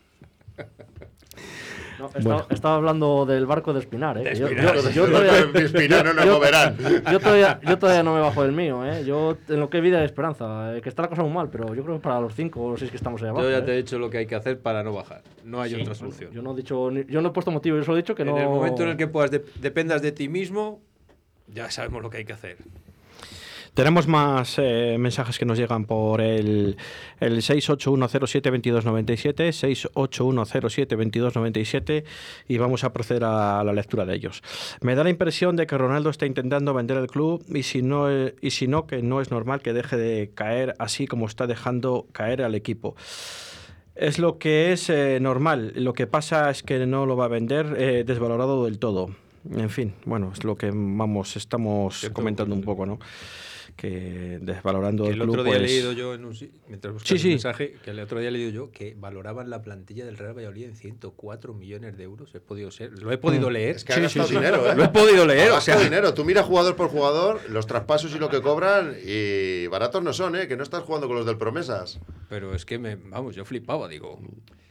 No, estaba, Bueno. estaba hablando del barco de Espinar, ¿eh? De que yo- Espinar, yo- sí, yo sí, todavía- de Espinar no nos yo- moverán. yo todavía- Yo todavía no me bajo del mío, ¿eh? Yo en lo que vi de esperanza, eh, que está la cosa muy mal, pero yo creo que para los cinco o seis que estamos ahí abajo. Yo ya ¿eh? te he dicho lo que hay que hacer para no bajar. No hay Sí, otra bueno, solución. Yo no he dicho, ni- yo no he puesto motivo, yo solo he dicho que en no. el momento en el que puedas de- dependas de ti mismo, ya sabemos lo que hay que hacer. Tenemos más eh, mensajes que nos llegan por el, el seis ocho uno cero siete dos dos nueve siete, seis ocho uno cero siete dos dos nueve siete, y vamos a proceder a la lectura de ellos. Me da la impresión de que Ronaldo está intentando vender el club y si no, eh, y si no que no es normal que deje de caer así como está dejando caer al equipo. Es lo que es eh, normal. Lo que pasa es que no lo va a vender eh, desvalorado del todo. En fin, bueno, es lo que vamos, estamos Cierto, comentando un poco, ¿no? Que desvalorando Que el el club, otro día he pues... leído yo, en un, si- mientras buscas Sí, el sí. mensaje, que el otro día he leído yo que valoraban la plantilla del Real Valladolid en ciento cuatro millones de euros. He podido ser, lo he podido Mm. leer. Es que ha gastado dinero, ¿eh? Lo he podido leer, Ha o sea. gastado dinero. Tú mira jugador por jugador, los traspasos y lo que cobran, y baratos no son, ¿eh? Que no estás jugando con los del Promesas. Pero es que, me, vamos, yo flipaba, digo.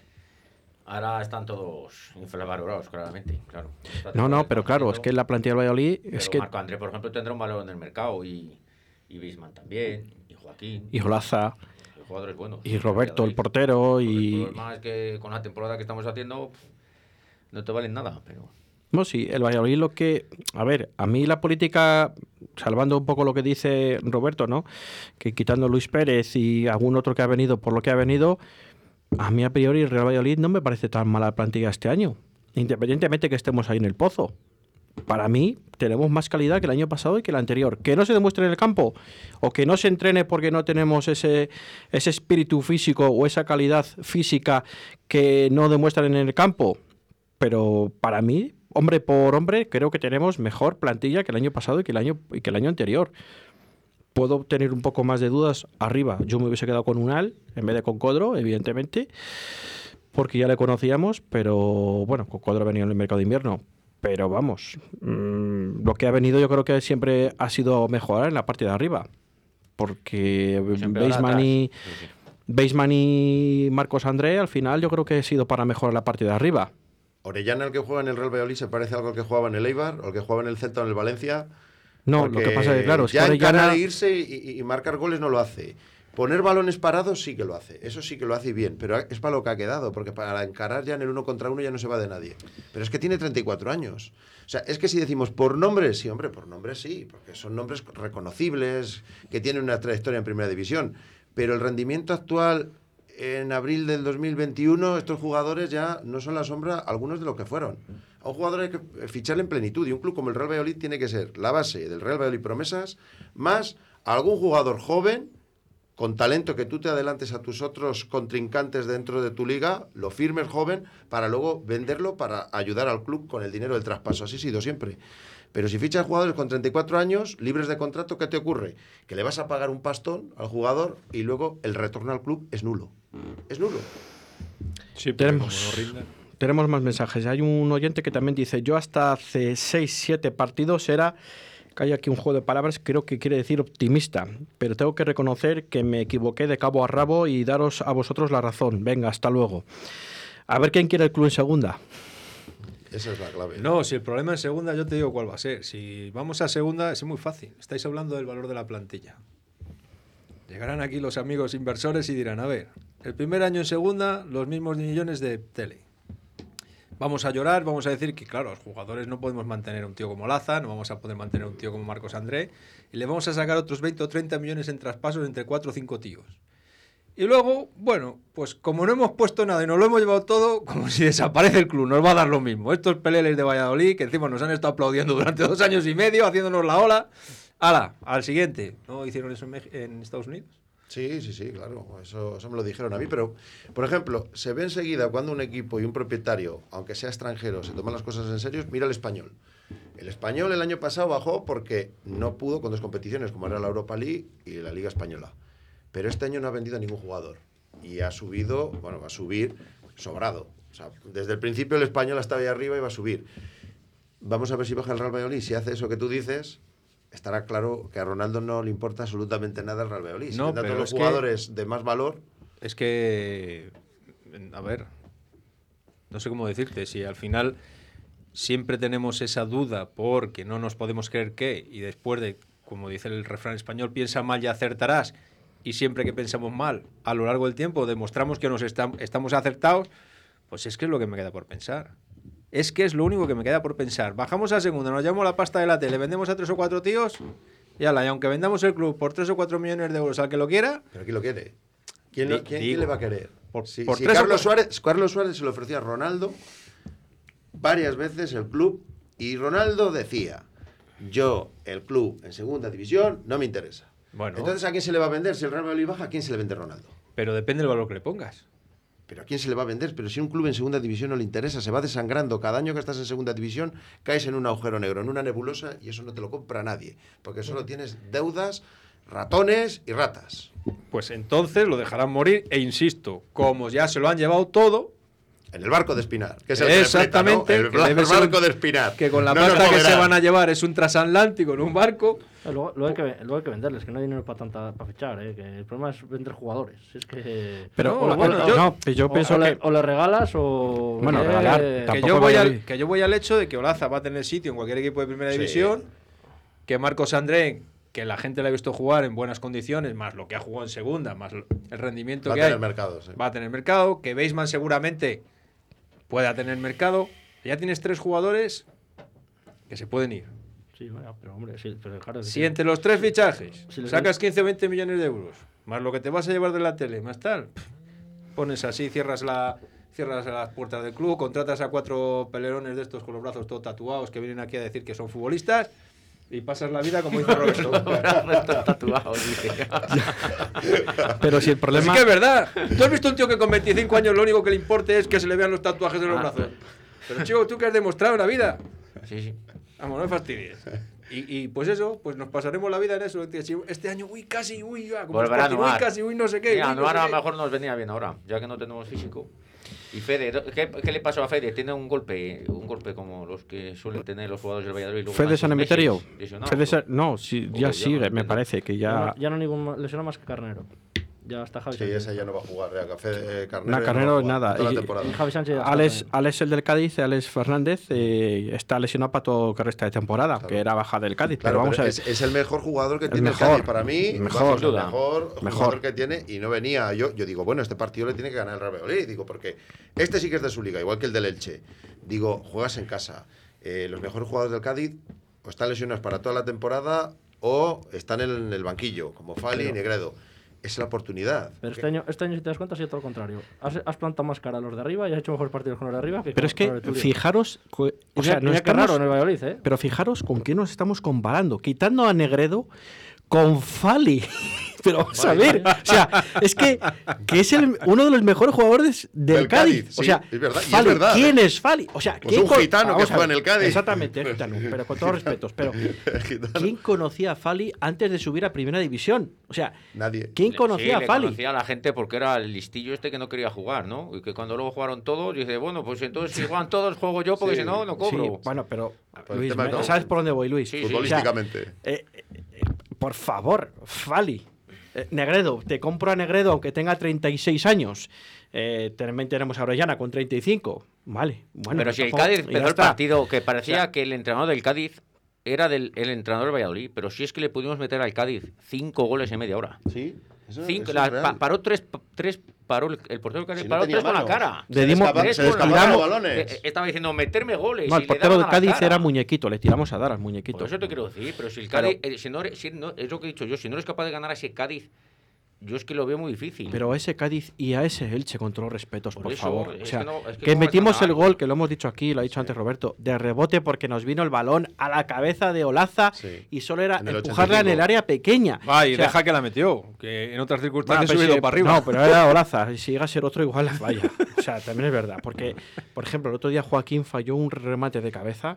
Ahora están todos infravalorados, claramente, claro. No, no, pero claro, es que la plantilla del Valladolid Pero es que... Marco André, por ejemplo, tendrá un valor en el mercado y, y Bisman también, y Joaquín. Y Jolaza, Hay jugadores buenos. y Roberto, el portero, El y... problema es que con la temporada que estamos haciendo pff, no te valen nada, pero... No, sí, el Valladolid lo que... A ver, a mí la política, salvando un poco lo que dice Roberto, ¿no? Que quitando Luis Pérez y algún otro que ha venido por lo que ha venido, a mí a priori el Real Valladolid no me parece tan mala plantilla este año, independientemente que estemos ahí en el pozo. Para mí tenemos más calidad que el año pasado y que el anterior. Que no se demuestre en el campo o que no se entrene porque no tenemos ese, ese espíritu físico o esa calidad física que no demuestran en el campo. Pero para mí, hombre por hombre, creo que tenemos mejor plantilla que el año pasado y que el año, y que el año anterior. Puedo tener un poco más de dudas arriba. Yo me hubiese quedado con Unal en vez de con Codro, evidentemente, porque ya le conocíamos, pero bueno, con Codro venía en el mercado de invierno. Pero vamos, mmm, lo que ha venido yo creo que siempre ha sido mejorar en la parte de arriba. Porque Beisman y, Beisman y Marcos André, al final yo creo que ha sido para mejorar la parte de arriba. Orellana, el que juega en el Real Valladolid, se parece algo al que jugaba en el Eibar o al que jugaba en el Celta o en el Valencia. No, lo que pasa es que, claro, es ya que Orellana... encarar, irse y, y marcar goles no lo hace. Poner balones parados sí que lo hace. Eso sí que lo hace bien. Pero es para lo que ha quedado. Porque para encarar ya en el uno contra uno ya no se va de nadie. Pero es que tiene treinta y cuatro años. O sea, es que si decimos por nombres, sí, hombre, por nombres sí. Porque son nombres reconocibles, que tienen una trayectoria en primera división. Pero el rendimiento actual, en abril del dos mil veintiuno, estos jugadores ya no son la sombra, algunos de lo que fueron. A un jugador hay que ficharle en plenitud. Y un club como el Real Valladolid tiene que ser la base del Real Valladolid Promesas, más algún jugador joven con talento, que tú te adelantes a tus otros contrincantes dentro de tu liga, lo firmes joven, para luego venderlo para ayudar al club con el dinero del traspaso. Así ha sido siempre. Pero si fichas jugadores con treinta y cuatro años, libres de contrato, ¿qué te ocurre? Que le vas a pagar un pastón al jugador y luego el retorno al club es nulo. Es nulo. Sí, tenemos, tenemos más mensajes. Hay un oyente que también dice, yo hasta hace seis siete partidos era... que hay aquí un juego de palabras, creo que quiere decir optimista, pero tengo que reconocer que me equivoqué de cabo a rabo y daros a vosotros la razón. Venga, hasta luego. A ver quién quiere el club en segunda. Esa es la clave. No, si el problema en segunda, yo te digo cuál va a ser. Si vamos a segunda, es muy fácil. Estáis hablando del valor de la plantilla. Llegarán aquí los amigos inversores y dirán, a ver, el primer año en segunda, los mismos millones de tele. Vamos a llorar, vamos a decir que, claro, los jugadores no podemos mantener a un tío como Laza, no vamos a poder mantener a un tío como Marcos André, y le vamos a sacar otros veinte o treinta millones en traspasos entre cuatro o cinco tíos. Y luego, bueno, pues como no hemos puesto nada y nos lo hemos llevado todo, como si desaparece el club, nos va a dar lo mismo. Estos peleles de Valladolid, que encima nos han estado aplaudiendo durante dos años y medio, haciéndonos la ola. ¡Hala! Al siguiente. ¿No hicieron eso en, Mex- en Estados Unidos? Sí, sí, sí, claro. Eso, eso me lo dijeron a mí. Pero, por ejemplo, se ve enseguida cuando un equipo y un propietario, aunque sea extranjero, se toman las cosas en serio. Mira el Español. El Español el año pasado bajó porque no pudo con dos competiciones, como era la Europa League y la Liga Española. Pero este año no ha vendido a ningún jugador. Y ha subido, bueno, va a subir sobrado. O sea, desde el principio el Español estaba ahí arriba y va a subir. Vamos a ver si baja el Real Valladolid. Si hace eso que tú dices, estará claro que a Ronaldo no le importa absolutamente nada el Real Valladolid. Si No, vende a pero todos los es que- jugadores de más valor... Es que, a ver, no sé cómo decirte, si al final siempre tenemos esa duda porque no nos podemos creer qué, y después de, como dice el refrán español, piensa mal y acertarás, y siempre que pensamos mal, a lo largo del tiempo demostramos que nos estam- estamos acertados, pues es que es lo que me queda por pensar. Es que es lo único que me queda por pensar. Bajamos a segunda, nos llevamos la pasta de la tele, vendemos a tres o cuatro tíos, y ala, y aunque vendamos el club por tres o cuatro millones de euros al que lo quiera... ¿Pero quién lo quiere? ¿Quién, lo- Di- quién- digo, quién le va a querer? por- Si, por si tres o Carlos, cuatro- Suárez, Carlos Suárez se lo ofreció a Ronaldo varias veces el club y Ronaldo decía, yo, el club en segunda división, no me interesa. Bueno. Entonces, ¿a quién se le va a vender? Si el Real Valladolid baja, ¿a quién se le vende Ronaldo? Pero depende del valor que le pongas. ¿Pero a quién se le va a vender? Pero si un club en segunda división no le interesa, se va desangrando. Cada año que estás en segunda división, caes en un agujero negro, en una nebulosa, y eso no te lo compra nadie. Porque solo tienes deudas, ratones y ratas. Pues entonces lo dejarán morir, e insisto, como ya se lo han llevado todo... En el barco de Espinar, que es el que Exactamente, le fleta, ¿no? El que bar- debe ser barco un- de Espinar. Que con la No nos pasta que se moverá. van a llevar es un transatlántico en un barco... Luego, luego hay que, ve- luego hay que venderles, que no hay dinero para tanta para fichar, ¿eh? Que el problema es vender jugadores. Si es que... Pero, No, o- bueno, o- yo, no, yo o- pienso o le, que- o le regalas o... Bueno, que- regalar, Que tampoco yo, voy al, Valladolid. que yo voy al hecho de que Olaza va a tener sitio en cualquier equipo de primera Sí. división, que Marcos André, que la gente le ha visto jugar en buenas condiciones, más lo que ha jugado en segunda, más el rendimiento Va a que tener hay, mercado, sí. va a tener mercado, que Beisman seguramente pueda tener mercado. Ya tienes tres jugadores que se pueden ir. Sí, bueno, pero hombre, sí, pero claro... es Si que- entre los tres fichajes Si le sacas quince o veinte millones de euros, más lo que te vas a llevar de la tele, más tal, pones así, cierras la cierras las puertas del club, contratas a cuatro pelerones de estos con los brazos todos tatuados que vienen aquí a decir que son futbolistas y pasas la vida como dice Roberto. tatuados, dice. Pero si el problema... Así que es verdad. ¿Tú has visto un tío que con veinticinco años lo único que le importe es que se le vean los tatuajes de los Ah, brazos? Pero chico, ¿tú qué has demostrado en la vida? Sí, sí. Vamos, no me fastidies. Y, y pues eso, pues nos pasaremos la vida en eso. Este año, uy, casi, uy, ya, como Volverá a Sporting, uy, Anuar. casi, uy, no sé qué. Mira, uy, no Anuar sé a lo qué. mejor nos venía bien ahora, ya que no tenemos físico. Y Fede, ¿qué, qué le pasó a Fede? Tiene un golpe, un golpe como los que suelen tener los jugadores del Valladolid. luego Fede van San seis meses Emeterio. lesionados. Fede San- No, sí, Joder, ya ya no sigue, me entiendo. parece que Ya ya... no, ya no ningún lesiona más que Carnero. Ya está Javi Sí, Sánchez. ese ya no va a jugar. ya, Café, eh, Carnero, No, ya Carnero va a jugar nada. toda la Y- temporada. Y Javi Sánchez ya está Alex, también. Alex, el del Cádiz, Alex Fernández, eh, está lesionado para todo lo que resta de temporada, que era baja del Cádiz. Claro, pero vamos pero a ver. es, es el mejor jugador que El tiene mejor. el Cádiz. Para mí, Mejor. vamos, Sin el duda. mejor, Mejor. jugador que tiene. Y no venía. Yo, yo digo, bueno, este partido le tiene que ganar el Real Valladolid. Digo, porque este sí que es de su liga, igual que el del Elche. Digo, juegas en casa. Eh, los mejores jugadores del Cádiz o están lesionados para toda la temporada o están en el banquillo, como Fali y Pero- Negredo. Es la oportunidad. Pero este año, este año, si te das cuenta, ha sido todo lo contrario. Has, has plantado más cara a los de arriba y has hecho mejores partidos con los de arriba que Pero con, es que con los de Turia. fijaros, co- o Y sea, mira- no mira qué estamos- raro en el Valladolid, ¿eh? Pero fijaros con quién nos estamos comparando, quitando a Negredo con Fali. Pero vamos a ver, o sea, es que, que es el, uno de los mejores jugadores del, Del Cádiz. Cádiz, O sí, sea, es verdad, y es Fali, verdad, ¿quién ¿eh? es Fali? O sea, Pues ¿quién un con- gitano vamos que a juega ver, en el Cádiz. Exactamente, es gitano, pero con todos respetos. Pero ¿quién conocía a Fali antes de subir a Primera División? O sea, nadie. ¿Quién conocía Sí, a le Fali? conocía a la gente porque era el listillo este que no quería jugar, ¿no? Y que cuando luego jugaron todos, dice, bueno, pues entonces si juegan todos, juego yo porque Sí, si no, no cobro. Sí, bueno, pero Por el Luis, tema me- económico. ¿sabes por dónde voy, Luis? Sí, sí. Futbolísticamente. O sea, eh, eh, eh, por favor, Fali. Eh, Negredo, te compro a Negredo aunque tenga treinta y seis años. Eh, también tenemos a Orellana con treinta y cinco. Vale, bueno. Pero pues si el tampoco- Cádiz y ya empezó el está. partido que parecía O sea, que el entrenador del Cádiz era del, el entrenador del Valladolid, pero si es que le pudimos meter al Cádiz cinco goles en media hora. Sí, eso, Cinco, eso la- es real. pa- paró tres, tres paró el, el portero del Cádiz Si no paró tenía tres con la manos. cara. Se Le dimos- le escapa- Tres se con le la escapaban cara. los balones. Eh, Estaba diciendo meterme goles. no, y el le portero daban del a la Cádiz cara. era muñequito, le tiramos a dar al muñequito. Por eso te quiero decir, pero si el Pero- Cádiz, eh, si no, eres- si no- es lo que he dicho yo, si no eres capaz de ganar a ese Cádiz, yo es que lo veo muy difícil. Pero a ese Cádiz y a ese Elche, con todos los respetos, por, Por eso, favor. es O sea, que no- es que que cómo metimos vas a el ganar. gol, que lo hemos dicho aquí, lo ha dicho antes Roberto, de rebote porque nos vino el balón a la cabeza de Olaza Sí. y solo era En el empujarla en ochenta y cinco. el área pequeña. Va, y O sea, deja que la metió, que en otras bueno, circunstancias pero ha subido si- para arriba. No, pero era Olaza. Y si llega a ser otro, igual la falla. O sea, también es verdad. Porque, por ejemplo, el otro día Joaquín falló un remate de cabeza.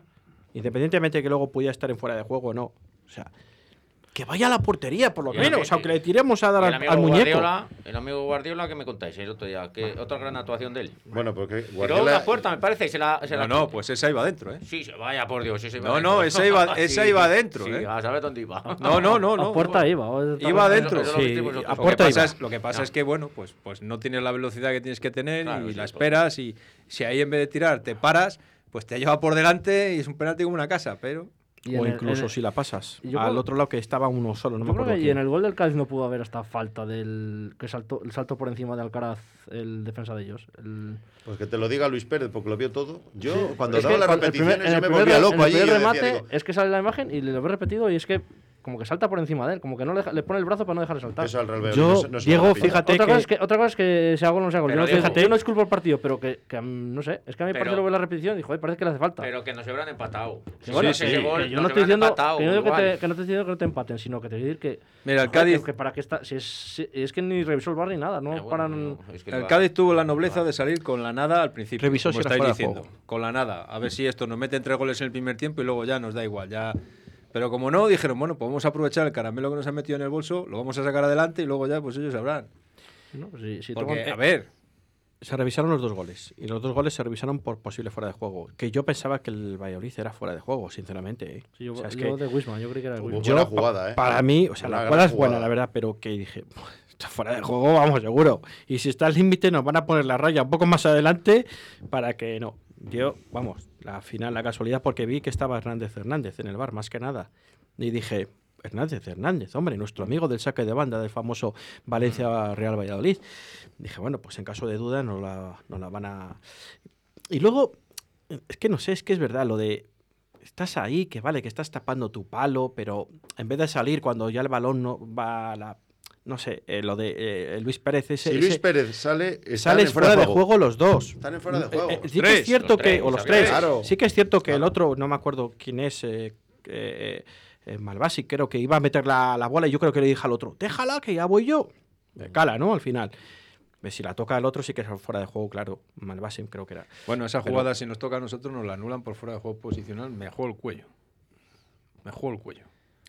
Independientemente de que luego pudiera estar en fuera de juego o no. O sea, que vaya a la portería, por lo Y el menos, ami- aunque le tiremos a dar el al, amigo al muñeco. Guardiola, el amigo Guardiola, ¿qué me contáis el otro día? ¿Qué, otra gran actuación de él. Bueno, porque Tiró Guardiola... una puerta, me parece, y se la... Se No, la no, pues esa iba adentro, ¿eh? Sí, se vaya, por Dios. Esa iba No, adentro. no, esa iba- esa Sí, iba adentro, sí, ¿eh? a saber dónde iba. No, no, no, no. A puerta iba. o- Iba adentro. Eso- eso lo Sí, visteis vosotros. a Lo que puerta pasa, iba. es, lo que pasa No. es que, bueno, pues, pues no tienes la velocidad que tienes que tener Claro, y sí, la pues. esperas y si ahí en vez de tirar te paras, pues te lleva por delante y es un penalti como una casa, pero... Y O en el- incluso en el- si la pasas. yo Al creo- otro lado que estaba uno solo, no me Yo creo acuerdo que y quién. en el gol del Cádiz no pudo haber hasta falta del que saltó, el salto por encima de Alcaraz, el defensa de ellos. El... Pues que te lo diga Luis Pérez, porque lo vio todo. Yo, Sí, cuando es daba que las cuando el repeticiones, primer- en yo el me primer volvía re- loco en el allí. primer yo decía, remate digo, es que sale la imagen y le lo ve repetido y es que como que salta por encima de él, como que no le, deja- le pone el brazo para no dejarle saltar. Eso al Real Yo, no se- no se Diego, lo repite. fíjate otra, que... cosa es que otra cosa es que sea gol o no sea gol. Yo Pero no, Diego- fíjate, yo no disculpo el partido, pero que, que, mm, no sé, es que a mí me Pero- parece lo veo la repetición y joder, parece que le hace falta. Pero que nos hubieran empatado. Que Si bueno, fuese que- ese que gol, yo nos no estoy hubieran diciendo, empatado, que, no digo que, igual. te, que no estoy diciendo que no te empaten, sino que te decir que Mira, el joder, Cádiz, que, que para que está, si es, si- es que ni revisó el bar ni nada, no Eh, bueno, paran. no, es que el va- Cádiz tuvo la nobleza de salir con la nada al principio, Revisó como si era estáis fuera de diciendo. juego. Con la nada. A ver si esto nos meten tres goles en el primer tiempo y luego ya nos da igual. Ya... Pero como no, dijeron, bueno, pues vamos a aprovechar el caramelo que nos han metido en el bolso, lo vamos a sacar adelante y luego ya, pues ellos sabrán. ¿no? Pues si- si Porque, tocan- a ver, Se revisaron los dos goles. Y los dos goles se revisaron por posible fuera de juego. Que yo pensaba que el Valladolid era fuera de juego, sinceramente. ¿eh? Sí, yo, O sea, es yo que de Wisman, yo creí que era de Hubo Wisman. buena pa- jugada, ¿eh? Para mí, o sea, Una la gran jugada es buena, jugada. la verdad, pero que dije, está fuera de juego, vamos, seguro. Y si está al límite, nos van a poner la raya un poco más adelante para que no. Yo, vamos, la final, la casualidad, porque vi que estaba Hernández Hernández en el bar, más que nada. Y dije, Hernández Hernández, hombre, nuestro amigo del saque de banda del famoso Valencia Real Valladolid. Dije, bueno, pues en caso de duda nos la, nos la van a... Y luego, es que no sé, es que es verdad, lo de... Estás ahí, que vale, que estás tapando tu palo, pero en vez de salir cuando ya el balón no va a la... No sé, eh, lo de eh, Luis Pérez ese... Si Luis ese- Pérez sale, están Sales en fuera de juego los dos. Están en fuera de juego. Eh, eh, sí que Tres, es cierto los que... tres, o los ¿sabes? tres. Claro. Sí que es cierto que el Claro. otro, no me acuerdo quién es... Eh, eh, eh, Malvasi, creo que iba a meter la, la bola y yo creo que le dije al otro, déjala que ya voy yo. Me cala, ¿no? Al final. Ves, si la toca el otro sí que es fuera de juego, claro. Malvasi creo que era. bueno, esa Pero- jugada si nos toca a nosotros nos la anulan por fuera de juego posicional, me jugó el cuello. Me jugó el cuello.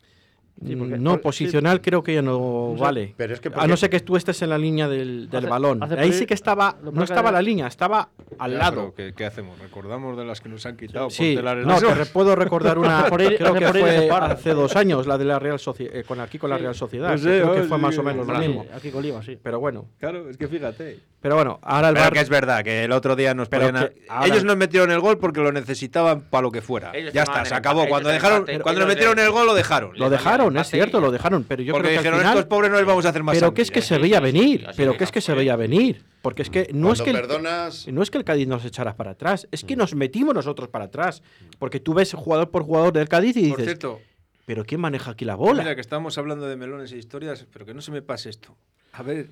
Sí, porque- no, porque- posicional creo que ya no sé, vale. pero es que a porque- no ser que tú estés en la línea del, del Hace- balón. hace Ahí pre- sí que estaba, lo no marca estaba de- la línea, estaba al Ya, lado. pero ¿qué, qué hacemos? ¿Recordamos de las que nos han quitado? Sí, por telar el no, te beso? re- puedo recordar una, Por ir- creo hace que por ir de fue separa. hace dos años, la de la Real Sociedad, con aquí con la Sí. Real Sociedad, No que sé, creo que no, fue sí, más o menos lo Sí, mismo. aquí con Liva, sí. Pero bueno, Claro, es que fíjate. pero bueno, ahora el Pero VAR que es verdad, que el otro día nos Pero ponían a- que ahora- Ellos nos metieron el gol porque lo necesitaban para lo que fuera. Ellos Ya tomaban está, se el acabó. empate, Cuando ellos el dejaron, empate, cuando nos ellos metieron de- el gol, lo dejaron. lo les dejaron, daban es cierto, empate y- lo dejaron, pero yo Porque creo que dijeron, al final, estos pobres no les vamos a hacer más pero que es sangre". que se Sí, veía sí, venir, sí, así pero de que es que se fue. veía venir, porque es que no es Cuando que el- perdonas... no es que el Cádiz nos echara para atrás, es que nos metimos nosotros para atrás, porque tú ves jugador por jugador del Cádiz y Por dices, cierto, pero ¿quién maneja aquí la bola? mira que estamos hablando de melones e historias, pero que no se me pase esto. A ver,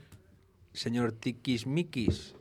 señor Tiquismiquis,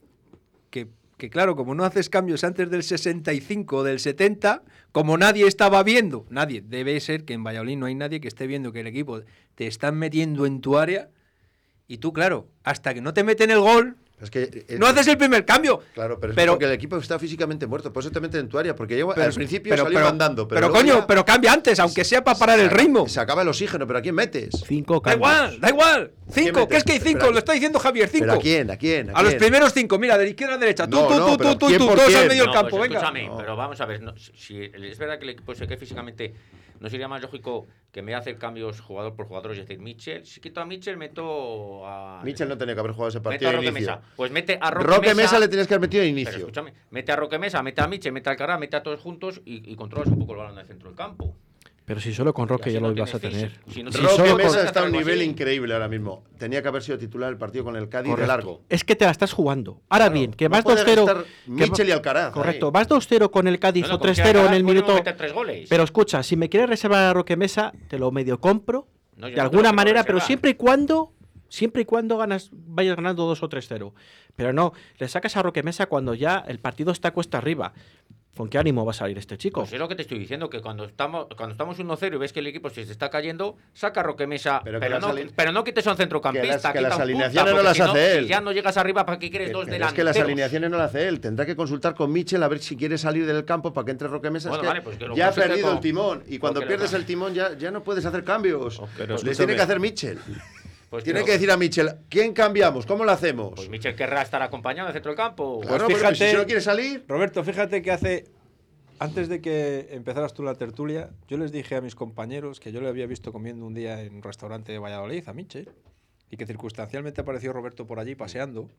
que, que claro, como no haces cambios antes del sesenta y cinco o del setenta, como nadie estaba viendo, nadie, debe ser que en Valladolid no hay nadie que esté viendo que el equipo te están metiendo en tu área y tú, claro, hasta que no te meten el gol, Es que, eh, no haces el primer cambio. Claro, pero, es Pero- porque el equipo está físicamente muerto, por eso te meten en tu área, porque yo Pero- al principio pero- salí pero- mandando, pero, pero luego coño, ya pero cambia antes, aunque sea para parar el se- ritmo. Se acaba el oxígeno, pero ¿a quién metes? Cinco Da cambios. igual, da igual. Cinco, metes? ¿qué es que hay cinco? Pero- Lo está diciendo Javier, cinco. ¿Pero a quién? ¿A quién? A los quién? primeros cinco, mira, de la izquierda a la derecha. Tú, No, tú, no, tú, pero tú, tú, ¿quién tú, por todos al quién? medio del No, campo, pues venga. escúchame, No. pero vamos a ver, no, si, si- es verdad que el equipo se quede físicamente, ¿no sería más lógico que me hacer cambios jugador por jugador? Es decir, Mitchell, si quito a Mitchell, meto a... Mitchell no tenía que haber jugado ese meto partido a de Roque inicio. Mesa. Pues mete a Roque, Roque Mesa le tenías que haber metido de Pero inicio. escúchame, mete a Roque Mesa, mete a Mitchell, mete a Alcaraz, mete a todos juntos y, y controlas un poco el balón del centro del campo. Pero si solo con Roque Y así ya no lo ibas a tienes tener. físico. Si no Si tienes solo Roque con- Mesa con- está a un algo nivel así. increíble ahora mismo. Tenía que haber sido titular el partido con el Cádiz de Correcto. largo. Es que te la estás jugando. Ahora Claro, bien, que no vas pueden dos cero. estar que Mitchell va- y Alcaraz. Correcto, ahí. vas dos cero con el Cádiz No, no, o con tres que cero en Alcaraz el podemos minuto. meter tres goles. Pero escucha, si me quieres reservar a Roque Mesa, te lo medio compro. No, yo de no te lo alguna quiero manera, pero reservar. siempre y cuando. Siempre y cuando ganas, vayas ganando dos o tres cero. Pero no, le sacas a Roque Mesa cuando ya el partido está cuesta arriba. ¿Con qué ánimo va a salir este chico? Pues es lo que te estoy diciendo, que cuando estamos cuando estamos uno cero y ves que el equipo se está cayendo, saca a Roque Mesa, pero, pero, no, pero no quites a un centrocampista. Que las, que quita las un alineaciones punta, no las si hace no, él. Si ya no llegas arriba, ¿para qué quieres Que, dos pero delanteros? Es que las alineaciones no las hace él. Tendrá que consultar con Michel a ver si quiere salir del campo para que entre Roque Mesa. Bueno, es que vale, pues que lo ya ha consulte perdido con- el timón. Y cuando porque pierdes lo- el timón ya, ya no puedes hacer cambios. Pero Les escúchame. tiene que hacer Michel. Pues Tiene tío, que decir a Michel, ¿quién cambiamos? ¿Cómo lo hacemos? Pues Michel querrá estar acompañado en el centro del campo. Claro, Pues pero si fíjate- solo quiere salir. Roberto, fíjate que hace. Antes de que empezaras tú la tertulia, yo les dije a mis compañeros que yo le había visto comiendo un día en un restaurante de Valladolid, a Michel, y que circunstancialmente apareció Roberto por allí paseando,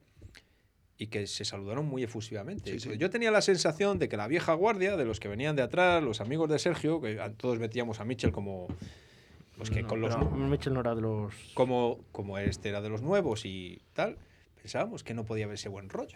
y que se saludaron muy efusivamente. Sí, sí. Yo tenía la sensación de que la vieja guardia, de los que venían de atrás, los amigos de Sergio, que a- todos metíamos a Michel como. Pues que No, con los. pero nu- Mitchell no era de los... Como, como este era de los nuevos y tal, pensábamos que no podía haber ese buen rollo.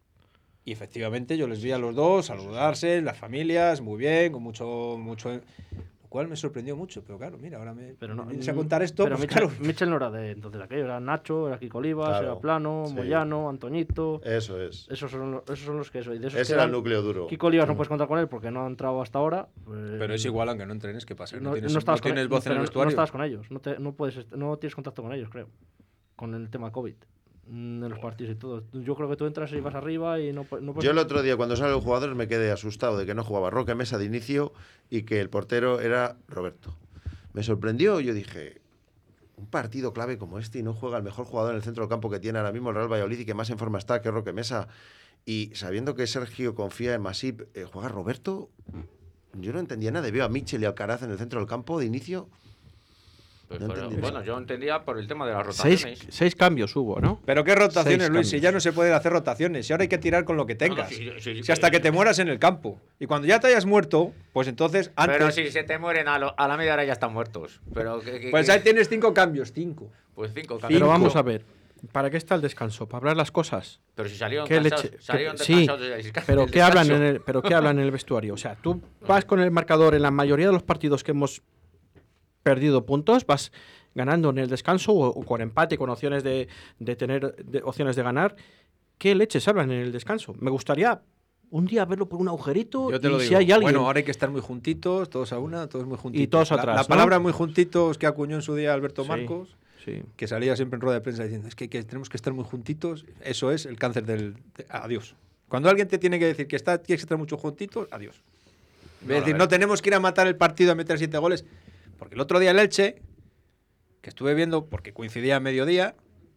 Y efectivamente yo les vi a los dos saludarse, las familias, muy bien, con mucho, mucho, lo cual me sorprendió mucho. Pero claro, mira, ahora me, Pero no, me vienes a contar esto, pero pues Mitchell, claro. Mitchell no era de entonces aquello, era Nacho, era Kiko Olivas, Claro, era Plano, sí. Moyano, Antoñito. Eso es. Esos son, los- esos son los que eso. Y de esos Ese que era el eran- núcleo duro. Kiko Olivas no puedes contar con él porque no ha entrado hasta ahora. pues, Pero es igual, aunque no entrenes, ¿qué pasa? No, no, tienes, no estabas no con tienes él- voz en pero el no- vestuario. No estabas con ellos, no, te- no, puedes, est- no tienes contacto con ellos, creo. Con el tema COVID. mm, En los partidos y todo. Yo creo que tú entras y vas arriba y no, pu- no puedes. Yo el otro día, cuando salen los jugadores, me quedé asustado de que no jugaba Roque Mesa de inicio y que el portero era Roberto. Me sorprendió, yo dije, un partido clave como este y no juega el mejor jugador en el centro del campo que tiene ahora mismo el Real Valladolid y que más en forma está, que es Roque Mesa. Y sabiendo que Sergio confía en Masip, eh, ¿juega Roberto? Yo no entendía nada. Veo a Michel y Alcaraz en el centro del campo de inicio. Pues, No pero, entendí bueno, nada. yo entendía por el tema de las Seis, rotaciones. seis cambios hubo, ¿no? Pero qué rotaciones, Seis Luis, si cambios. ya no se pueden hacer rotaciones, si ahora hay que tirar con lo que tengas. No, no, sí, sí, sí, si hasta sí. que te mueras en el campo. Y cuando ya te hayas muerto, pues entonces antes. Pero si se te mueren a, lo- a la media hora ya están muertos. Pero que, que- Pues que- ahí tienes cinco cambios, cinco. Pues cinco Pero cambios. vamos a ver, ¿para qué está el descanso? ¿Para hablar las cosas? Pero si salieron ¿Qué cansados, leche? salieron ¿Qué- sí, descansados del descanso- pero del ¿qué hablan en descanso. el, pero qué hablan en el vestuario? O sea, tú vas con el marcador en la mayoría de los partidos que hemos perdido puntos, vas ganando en el descanso o, o con empate, con opciones de, de tener de- opciones de ganar. ¿Qué leches hablan en el descanso? Me gustaría un día verlo por un agujerito Yo te y lo si digo. hay alguien... Bueno, ahora hay que estar muy juntitos, todos a una, todos muy juntitos. todos La- atrás, La, ¿no? palabra muy juntitos que acuñó en su día Alberto Sí, Marcos, sí. que salía siempre en rueda de prensa diciendo, es que, que tenemos que estar muy juntitos, eso es el cáncer del... de- adiós. Cuando alguien te tiene que decir que está, tienes que estar mucho juntitos, adiós. Es No, decir, la no verdad. tenemos que ir a matar el partido a meter siete goles. Porque el otro día el Elche, que estuve viendo, porque coincidía a mediodía,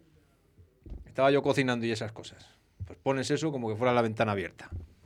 estaba yo cocinando y esas cosas. Pues pones eso como que fuera la ventana abierta.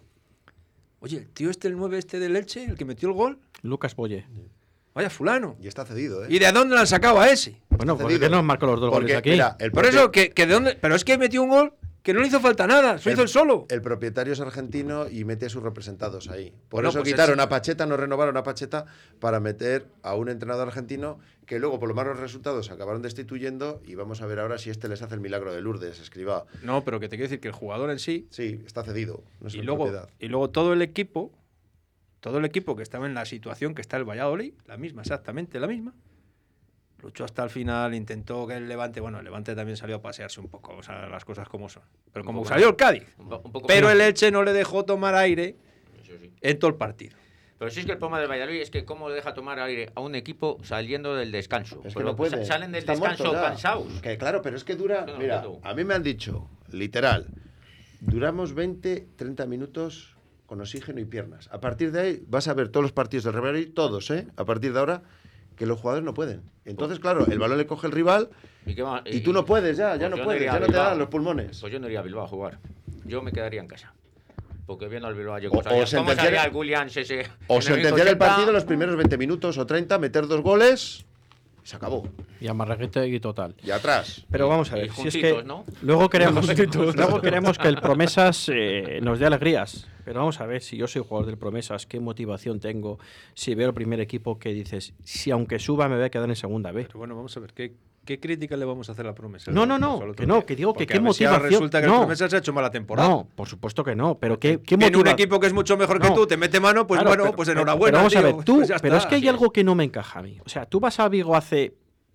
Oye, el tío este, el nueve este del Elche, el que metió el gol, Lucas Boye. vaya fulano. Y está cedido, ¿eh? ¿Y de dónde le han sacado a ese? Bueno, ¿por qué nos marcó los dos Porque, goles aquí? mira, el Por propio- eso, que, que de dónde... Pero es que metió un gol que no le hizo falta nada, se lo hizo él solo. El propietario es argentino y mete a sus representados ahí. Por Bueno, eso pues quitaron es- a Pacheta, no renovaron a Pacheta para meter a un entrenador argentino que luego, por los malos resultados, acabaron destituyendo y vamos a ver ahora si este les hace el milagro de Lourdes, escriba. No, pero que te quiero decir que el jugador en sí... Sí, está cedido, no es y, en luego, propiedad. y luego todo el equipo, todo el equipo que estaba en la situación que está el Valladolid, la misma, exactamente la misma, luchó hasta el final, intentó que el Levante, bueno, el Levante también salió a pasearse un poco, o sea, las cosas como son. Pero Un como poco salió más. el Cádiz. Un po- un poco Pero más. el Elche no le dejó tomar aire Eso sí. en todo el partido. Pero sí es que el problema del Valladolid es que cómo le deja tomar aire a un equipo saliendo del descanso. Es que Pero no puede. sa- Salen del Están descanso muertos ya. cansados. Que claro, pero es que dura. Yo no Mira, entiendo. a mí me han dicho, literal, duramos veinte, treinta minutos con oxígeno y piernas. A partir de ahí vas a ver todos los partidos del Real Valladolid, todos, ¿eh? A partir de ahora, que los jugadores no pueden. Entonces, claro, el balón le coge el rival ¿Y, qué más? y tú no puedes ya, ya pues no yo puedes, iría ya a no te Bilbao. dan los pulmones. Pues yo no iría a Bilbao a jugar. Yo me quedaría en casa. Porque viendo al Bilbao, yo O- cómo o salía, cómo sentenciar- salía el Williams ese. en O el sentenciar minuto el partido ochenta. los primeros veinte minutos o treinta, meter dos goles y se acabó. Y a Marraguete y total. Y atrás. Pero vamos a Y ver, si es juntitos, que ¿no? luego queremos, Juntitos. luego queremos que el Promesas eh, nos dé alegrías. Pero vamos a ver, si yo soy jugador del Promesas, qué motivación tengo si veo el primer equipo que dices, si aunque suba me voy a quedar en segunda B. Pero bueno, vamos a ver, ¿qué, qué crítica le vamos a hacer a la promesa? No, no, no, Al otro que no, día? que digo que Porque qué a ver si ahora motivación- resulta que no. el promesa se ha hecho mala temporada. No, por supuesto que no, pero qué, qué Viene un motiva- equipo que es mucho mejor que No. tú, te mete mano, pues Claro, bueno, pero- pues pero- enhorabuena, pero vamos tío, a ver, tú, pues ya pero está. es que hay algo que no me encaja a mí. O sea, tú vas a Vigo hace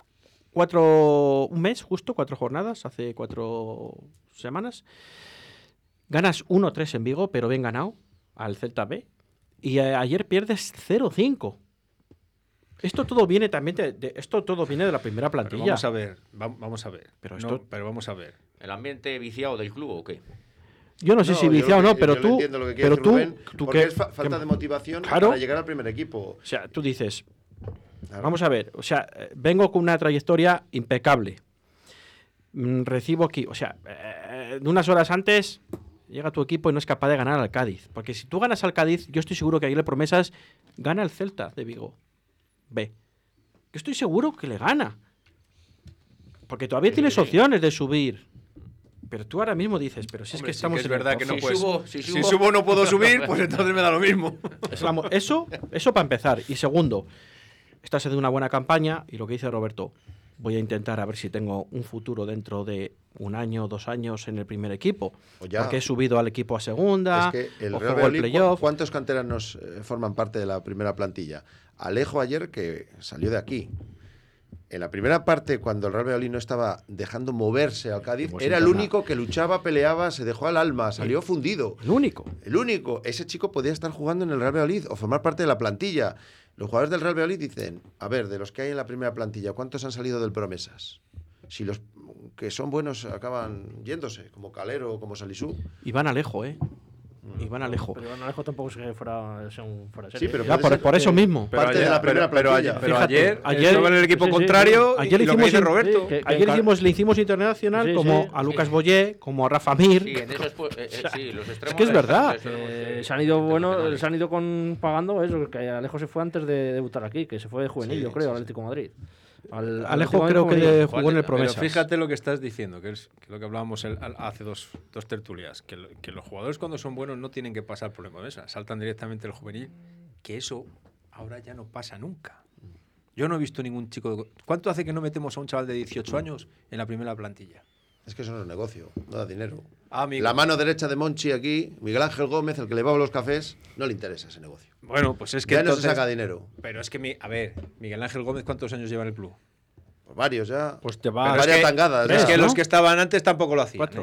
cuatro, un mes justo, cuatro jornadas, hace cuatro semanas, ganas uno tres en Vigo, pero bien ganado al Celta B. y a- ayer pierdes cero cinco. Esto todo viene también de, de- esto todo viene de la primera Pero plantilla. vamos a ver, va- vamos a ver. Pero No, esto- pero vamos a ver. ¿El ambiente viciado del club o qué? Yo no sé No, si yo viciado o lo no, que- pero yo lo tú, entiendo lo que quiere pero decir tú, Rubén, tú porque que- es fa- falta que- de motivación Claro. para llegar al primer equipo. O sea, tú dices, vamos a ver, o sea, eh, vengo con una trayectoria impecable. Mm, Recibo aquí, o sea, eh, de unas horas antes llega tu equipo y no es capaz de ganar al Cádiz. Porque si tú ganas al Cádiz, yo estoy seguro que Aguirre Promesas gana el Celta de Vigo. B. Yo estoy seguro que le gana. Porque todavía tienes opciones de subir. Pero tú ahora mismo dices, pero si es Hombre, que sí estamos que es en el verdad que no pozo. puedes. subo- si si subo- subo no puedo subir, pues entonces me da lo mismo. Es la mo- Eso, eso para empezar. Y segundo, estás haciendo una buena campaña y lo que dice Roberto, voy a intentar a ver si tengo un futuro dentro de un año, dos años en el primer equipo. O ya. Porque he subido al equipo a segunda, Es que el o Real juego el Valladolid, playoff. ¿cu- ¿cuántos canteranos eh, forman parte de la primera plantilla? Alejo ayer, que salió de aquí. En la primera parte, cuando el Real Valladolid no estaba dejando moverse al Cádiz, Como era el Santana. único que luchaba, peleaba, se dejó al alma, salió fundido. El único. El único. Ese chico podía estar jugando en el Real Valladolid o formar parte de la plantilla. Los jugadores del Real Valladolid dicen, a ver, de los que hay en la primera plantilla, ¿cuántos han salido del Promesas? Si los que son buenos acaban yéndose, como Calero o como Salisú. Y van Alejo, ¿eh? Y van Alejo. Pero Iván Alejo tampoco es que fuera, sea un fuera de Sí, serie. pero Ya, por, por eso mismo. Pero Parte ayer- de la primera pero- pero plantilla. ayer- pero Fíjate, ayer, ayer- estaba en el equipo sí, sí, contrario y, Ayer y lo que hicimos dice in- Roberto. sí, que- Ayer que- hicimos, le hicimos internacional Sí, como sí. a Lucas Boyé, como a Rafa Mir. Sí, en esos, pu- eh, eh, sí, los extremos. que es verdad. esos extremos, Eh, eh, se han ido bueno, internacionales. se han ido con pagando eso, que Alejo se fue antes de debutar aquí, que se fue de juvenil, Sí, yo creo, sí, al sí. Atlético de Madrid. Al- al Alejo Atlético de creo que Madrid de- juvenil. jugó en el Pero Promesas. fíjate lo que estás diciendo, que es, que es lo que hablábamos el- al- hace dos, dos tertulias, que, lo- que los jugadores cuando son buenos no tienen que pasar por el Promesa, saltan directamente el juvenil, que eso ahora ya no pasa nunca. Yo no he visto ningún chico... De, ¿Cuánto hace que no metemos a un chaval de dieciocho años en la primera plantilla? Es que eso no es negocio, no da dinero. Ah, amigo. La mano derecha de Monchi aquí, Miguel Ángel Gómez, el que le va a los cafés, no le interesa ese negocio. Bueno, pues es que Ya entonces... no se saca dinero. Pero es que, mi, a ver, Miguel Ángel Gómez, ¿cuántos años lleva en el club? Pues varios ya. Pues te Pero va es varias que- tangadas. Es ya. que ¿no? los que estaban antes tampoco lo hacían. Cuatro. ¿eh?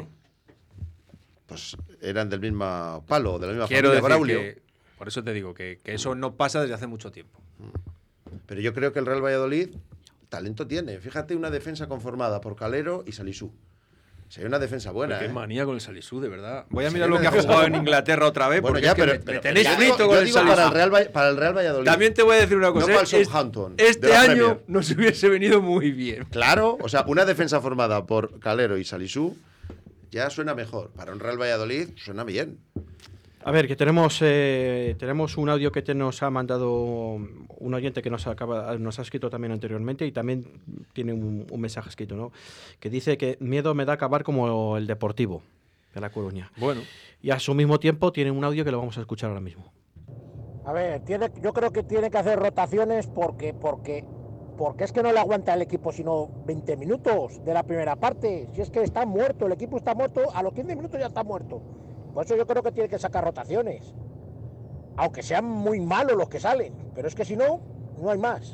Pues eran del mismo palo, de la misma Quiero familia, decir Braulio. que... Por eso te digo que, que eso no pasa desde hace mucho tiempo. Pero yo creo que el Real Valladolid talento tiene. Fíjate, una defensa conformada por Calero y Salisú. Si hay una defensa buena, Qué ¿eh? manía con el Salisú, de verdad. Voy a Sí, mirar lo una que ha defensa jugado en buena. Inglaterra otra vez, Bueno, porque ya, es que pero, me, pero- me tenéis yo digo- frito con yo el digo Salisú. para el Real, Va- para el Real Valladolid. También te voy a decir una cosa. No para el es- es- Southampton, de este la año Premier. nos hubiese venido muy bien. Claro, o sea, una defensa formada por Calero y Salisú ya suena mejor. Para un Real Valladolid suena bien. A ver, que tenemos eh, tenemos un audio que te nos ha mandado un oyente que nos acaba nos ha escrito también anteriormente y también tiene un, un mensaje escrito, ¿no? Que dice que miedo me da acabar como el Deportivo de La Coruña. Bueno. Y a su mismo tiempo tiene un audio que lo vamos a escuchar ahora mismo. A ver, tiene, yo creo que tiene que hacer rotaciones porque, porque, porque es que no le aguanta el equipo sino veinte minutos de la primera parte. Si es que está muerto, el equipo está muerto, a los quince minutos ya está muerto. Por eso yo creo que tiene que sacar rotaciones. Aunque sean muy malos los que salen. Pero es que si no, no hay más.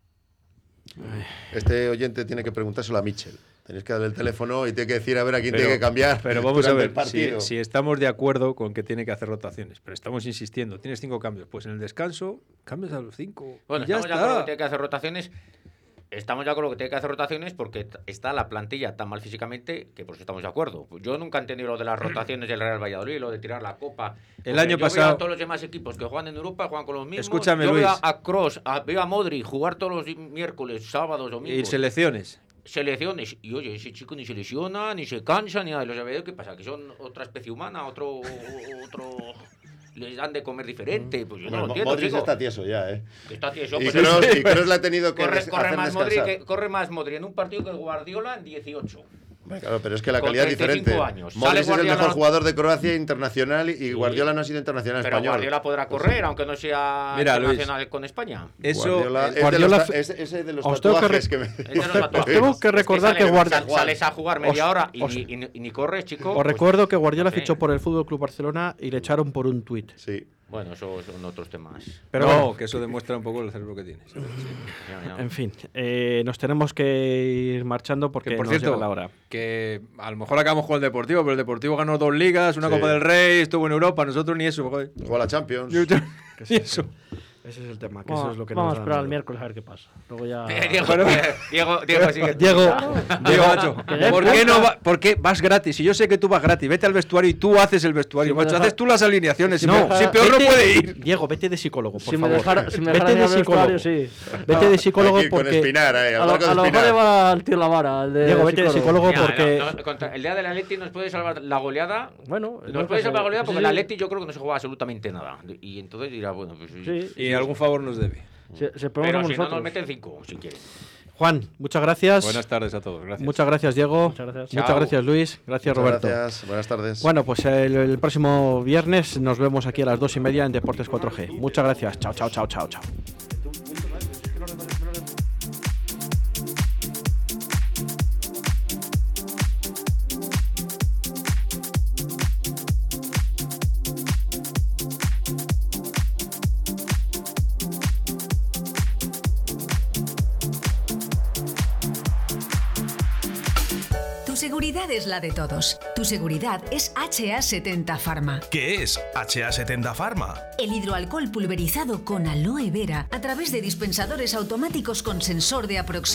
Este oyente tiene que preguntárselo a Mitchell. Tenéis que darle el teléfono y tiene que decir a ver a quién Pero- tiene que cambiar. Pero vamos a durante ver, el partido. si, si estamos de acuerdo con que tiene que hacer rotaciones, pero estamos insistiendo, tienes cinco cambios, pues en el descanso cambias a los cinco. Bueno, y ya estamos de acuerdo que está. tiene que hacer rotaciones. Estamos de acuerdo que tiene que hacer rotaciones porque t- está la plantilla tan mal físicamente que por eso estamos de acuerdo. Pues yo nunca he entendido lo de las rotaciones del Real Valladolid, lo de tirar la copa. El Porque año yo veo pasado- a todos los demás equipos que juegan en Europa juegan con los mismos. Escúchame, yo Luis. veo a, a Kroos, a, veo a Modri jugar todos los miércoles, sábados, domingos. Y selecciones. Selecciones. Y oye, ese chico ni se lesiona, ni se cansa, ni nada. Y los veo, ¿qué pasa? Que son otra especie humana, otro... otro... Les dan de comer diferente. Pues yo Bueno, no lo Mo- entiendo, Modric chico. está tieso ya, ¿eh? Que está tieso, Y pero- Kroos- y Kroos le ha tenido que corre, des- corre hacer más Modri descansar. que, corre más Modri en un partido que Guardiola en dieciocho. Hombre, claro, pero es que la Con calidad es treinta y cinco diferente. años. Modric Sale es el Guardiola- mejor jugador de Croacia internacional y y Guardiola no ha sido internacional Pero español. Guardiola podrá correr, aunque no sea Mira, Luis. internacional con España. Eso- Guardiola es de Guardiola los ta- fe- es- ese de los os tengo que tatuajes re- que me- Es de los os tatuajes. tengo que Es recordar sale- que Guardiola sal- sales a jugar media os- hora y, os- ni- y ni- y ni corres, chico. Os pues, recuerdo que Guardiola no sé. fichó por el Fútbol Club Barcelona y le echaron por un tuit. Sí. Bueno, eso son otros temas. Pero no, bueno. que eso demuestra un poco el cerebro que tienes. En fin, eh, nos tenemos que ir marchando porque Que por nos cierto, llega la hora. que a lo mejor acabamos con el Deportivo, pero el Deportivo ganó dos ligas, una Sí. Copa del Rey, estuvo en Europa, nosotros ni eso. Joder. Jugó a la Champions. Que Y eso. Ese es el tema, que Vamos, eso es lo que vamos nos a da esperar al miedo. miércoles a ver qué pasa. Luego ya... Eh, Diego, Bueno, eh, Diego, Diego, sigue. Diego, Claro. Diego, macho, Que ya ¿por es qué no puta. va, por qué vas gratis? Si yo sé que tú vas gratis, vete al vestuario y tú haces el vestuario, Si me macho, deja- haces tú las alineaciones. Si, me no, deja- si peor no Vete- puede ir. Diego, vete de psicólogo, por Si me favor. dejara, si me vete dejara de ir al psicólogo. vestuario, sí. Vete de psicólogo Hay que ir con porque... Espinar, eh, al A lo, barco de a lo mejor Espinar. le va al tío la vara. El de Diego, vete de psicólogo Mira, porque... no, no, contra- el día del Atleti nos puede salvar la goleada. Bueno, Nos puede salvar la goleada porque sí, el Atleti yo creo que no se juega absolutamente nada. Y entonces dirá, bueno, pues sí. Sí, Y algún favor nos debe. se, se Pero ponemos si no, nosotros. nos meten cinco, si quieren. Juan, muchas gracias. Buenas tardes a todos, gracias. Muchas gracias, Diego. Muchas gracias. Muchas Chao. gracias, Luis. Gracias, Muchas Roberto. Gracias, buenas tardes. Bueno, pues el, el próximo viernes nos vemos aquí a las dos y media en Deportes cuatro G. Muchas gracias. Chao, chao, chao, chao, chao. Tu seguridad es la de todos. Tu seguridad es H A setenta Pharma. ¿Qué es H A setenta Pharma? El hidroalcohol pulverizado con aloe vera a través de dispensadores automáticos con sensor de aproximación.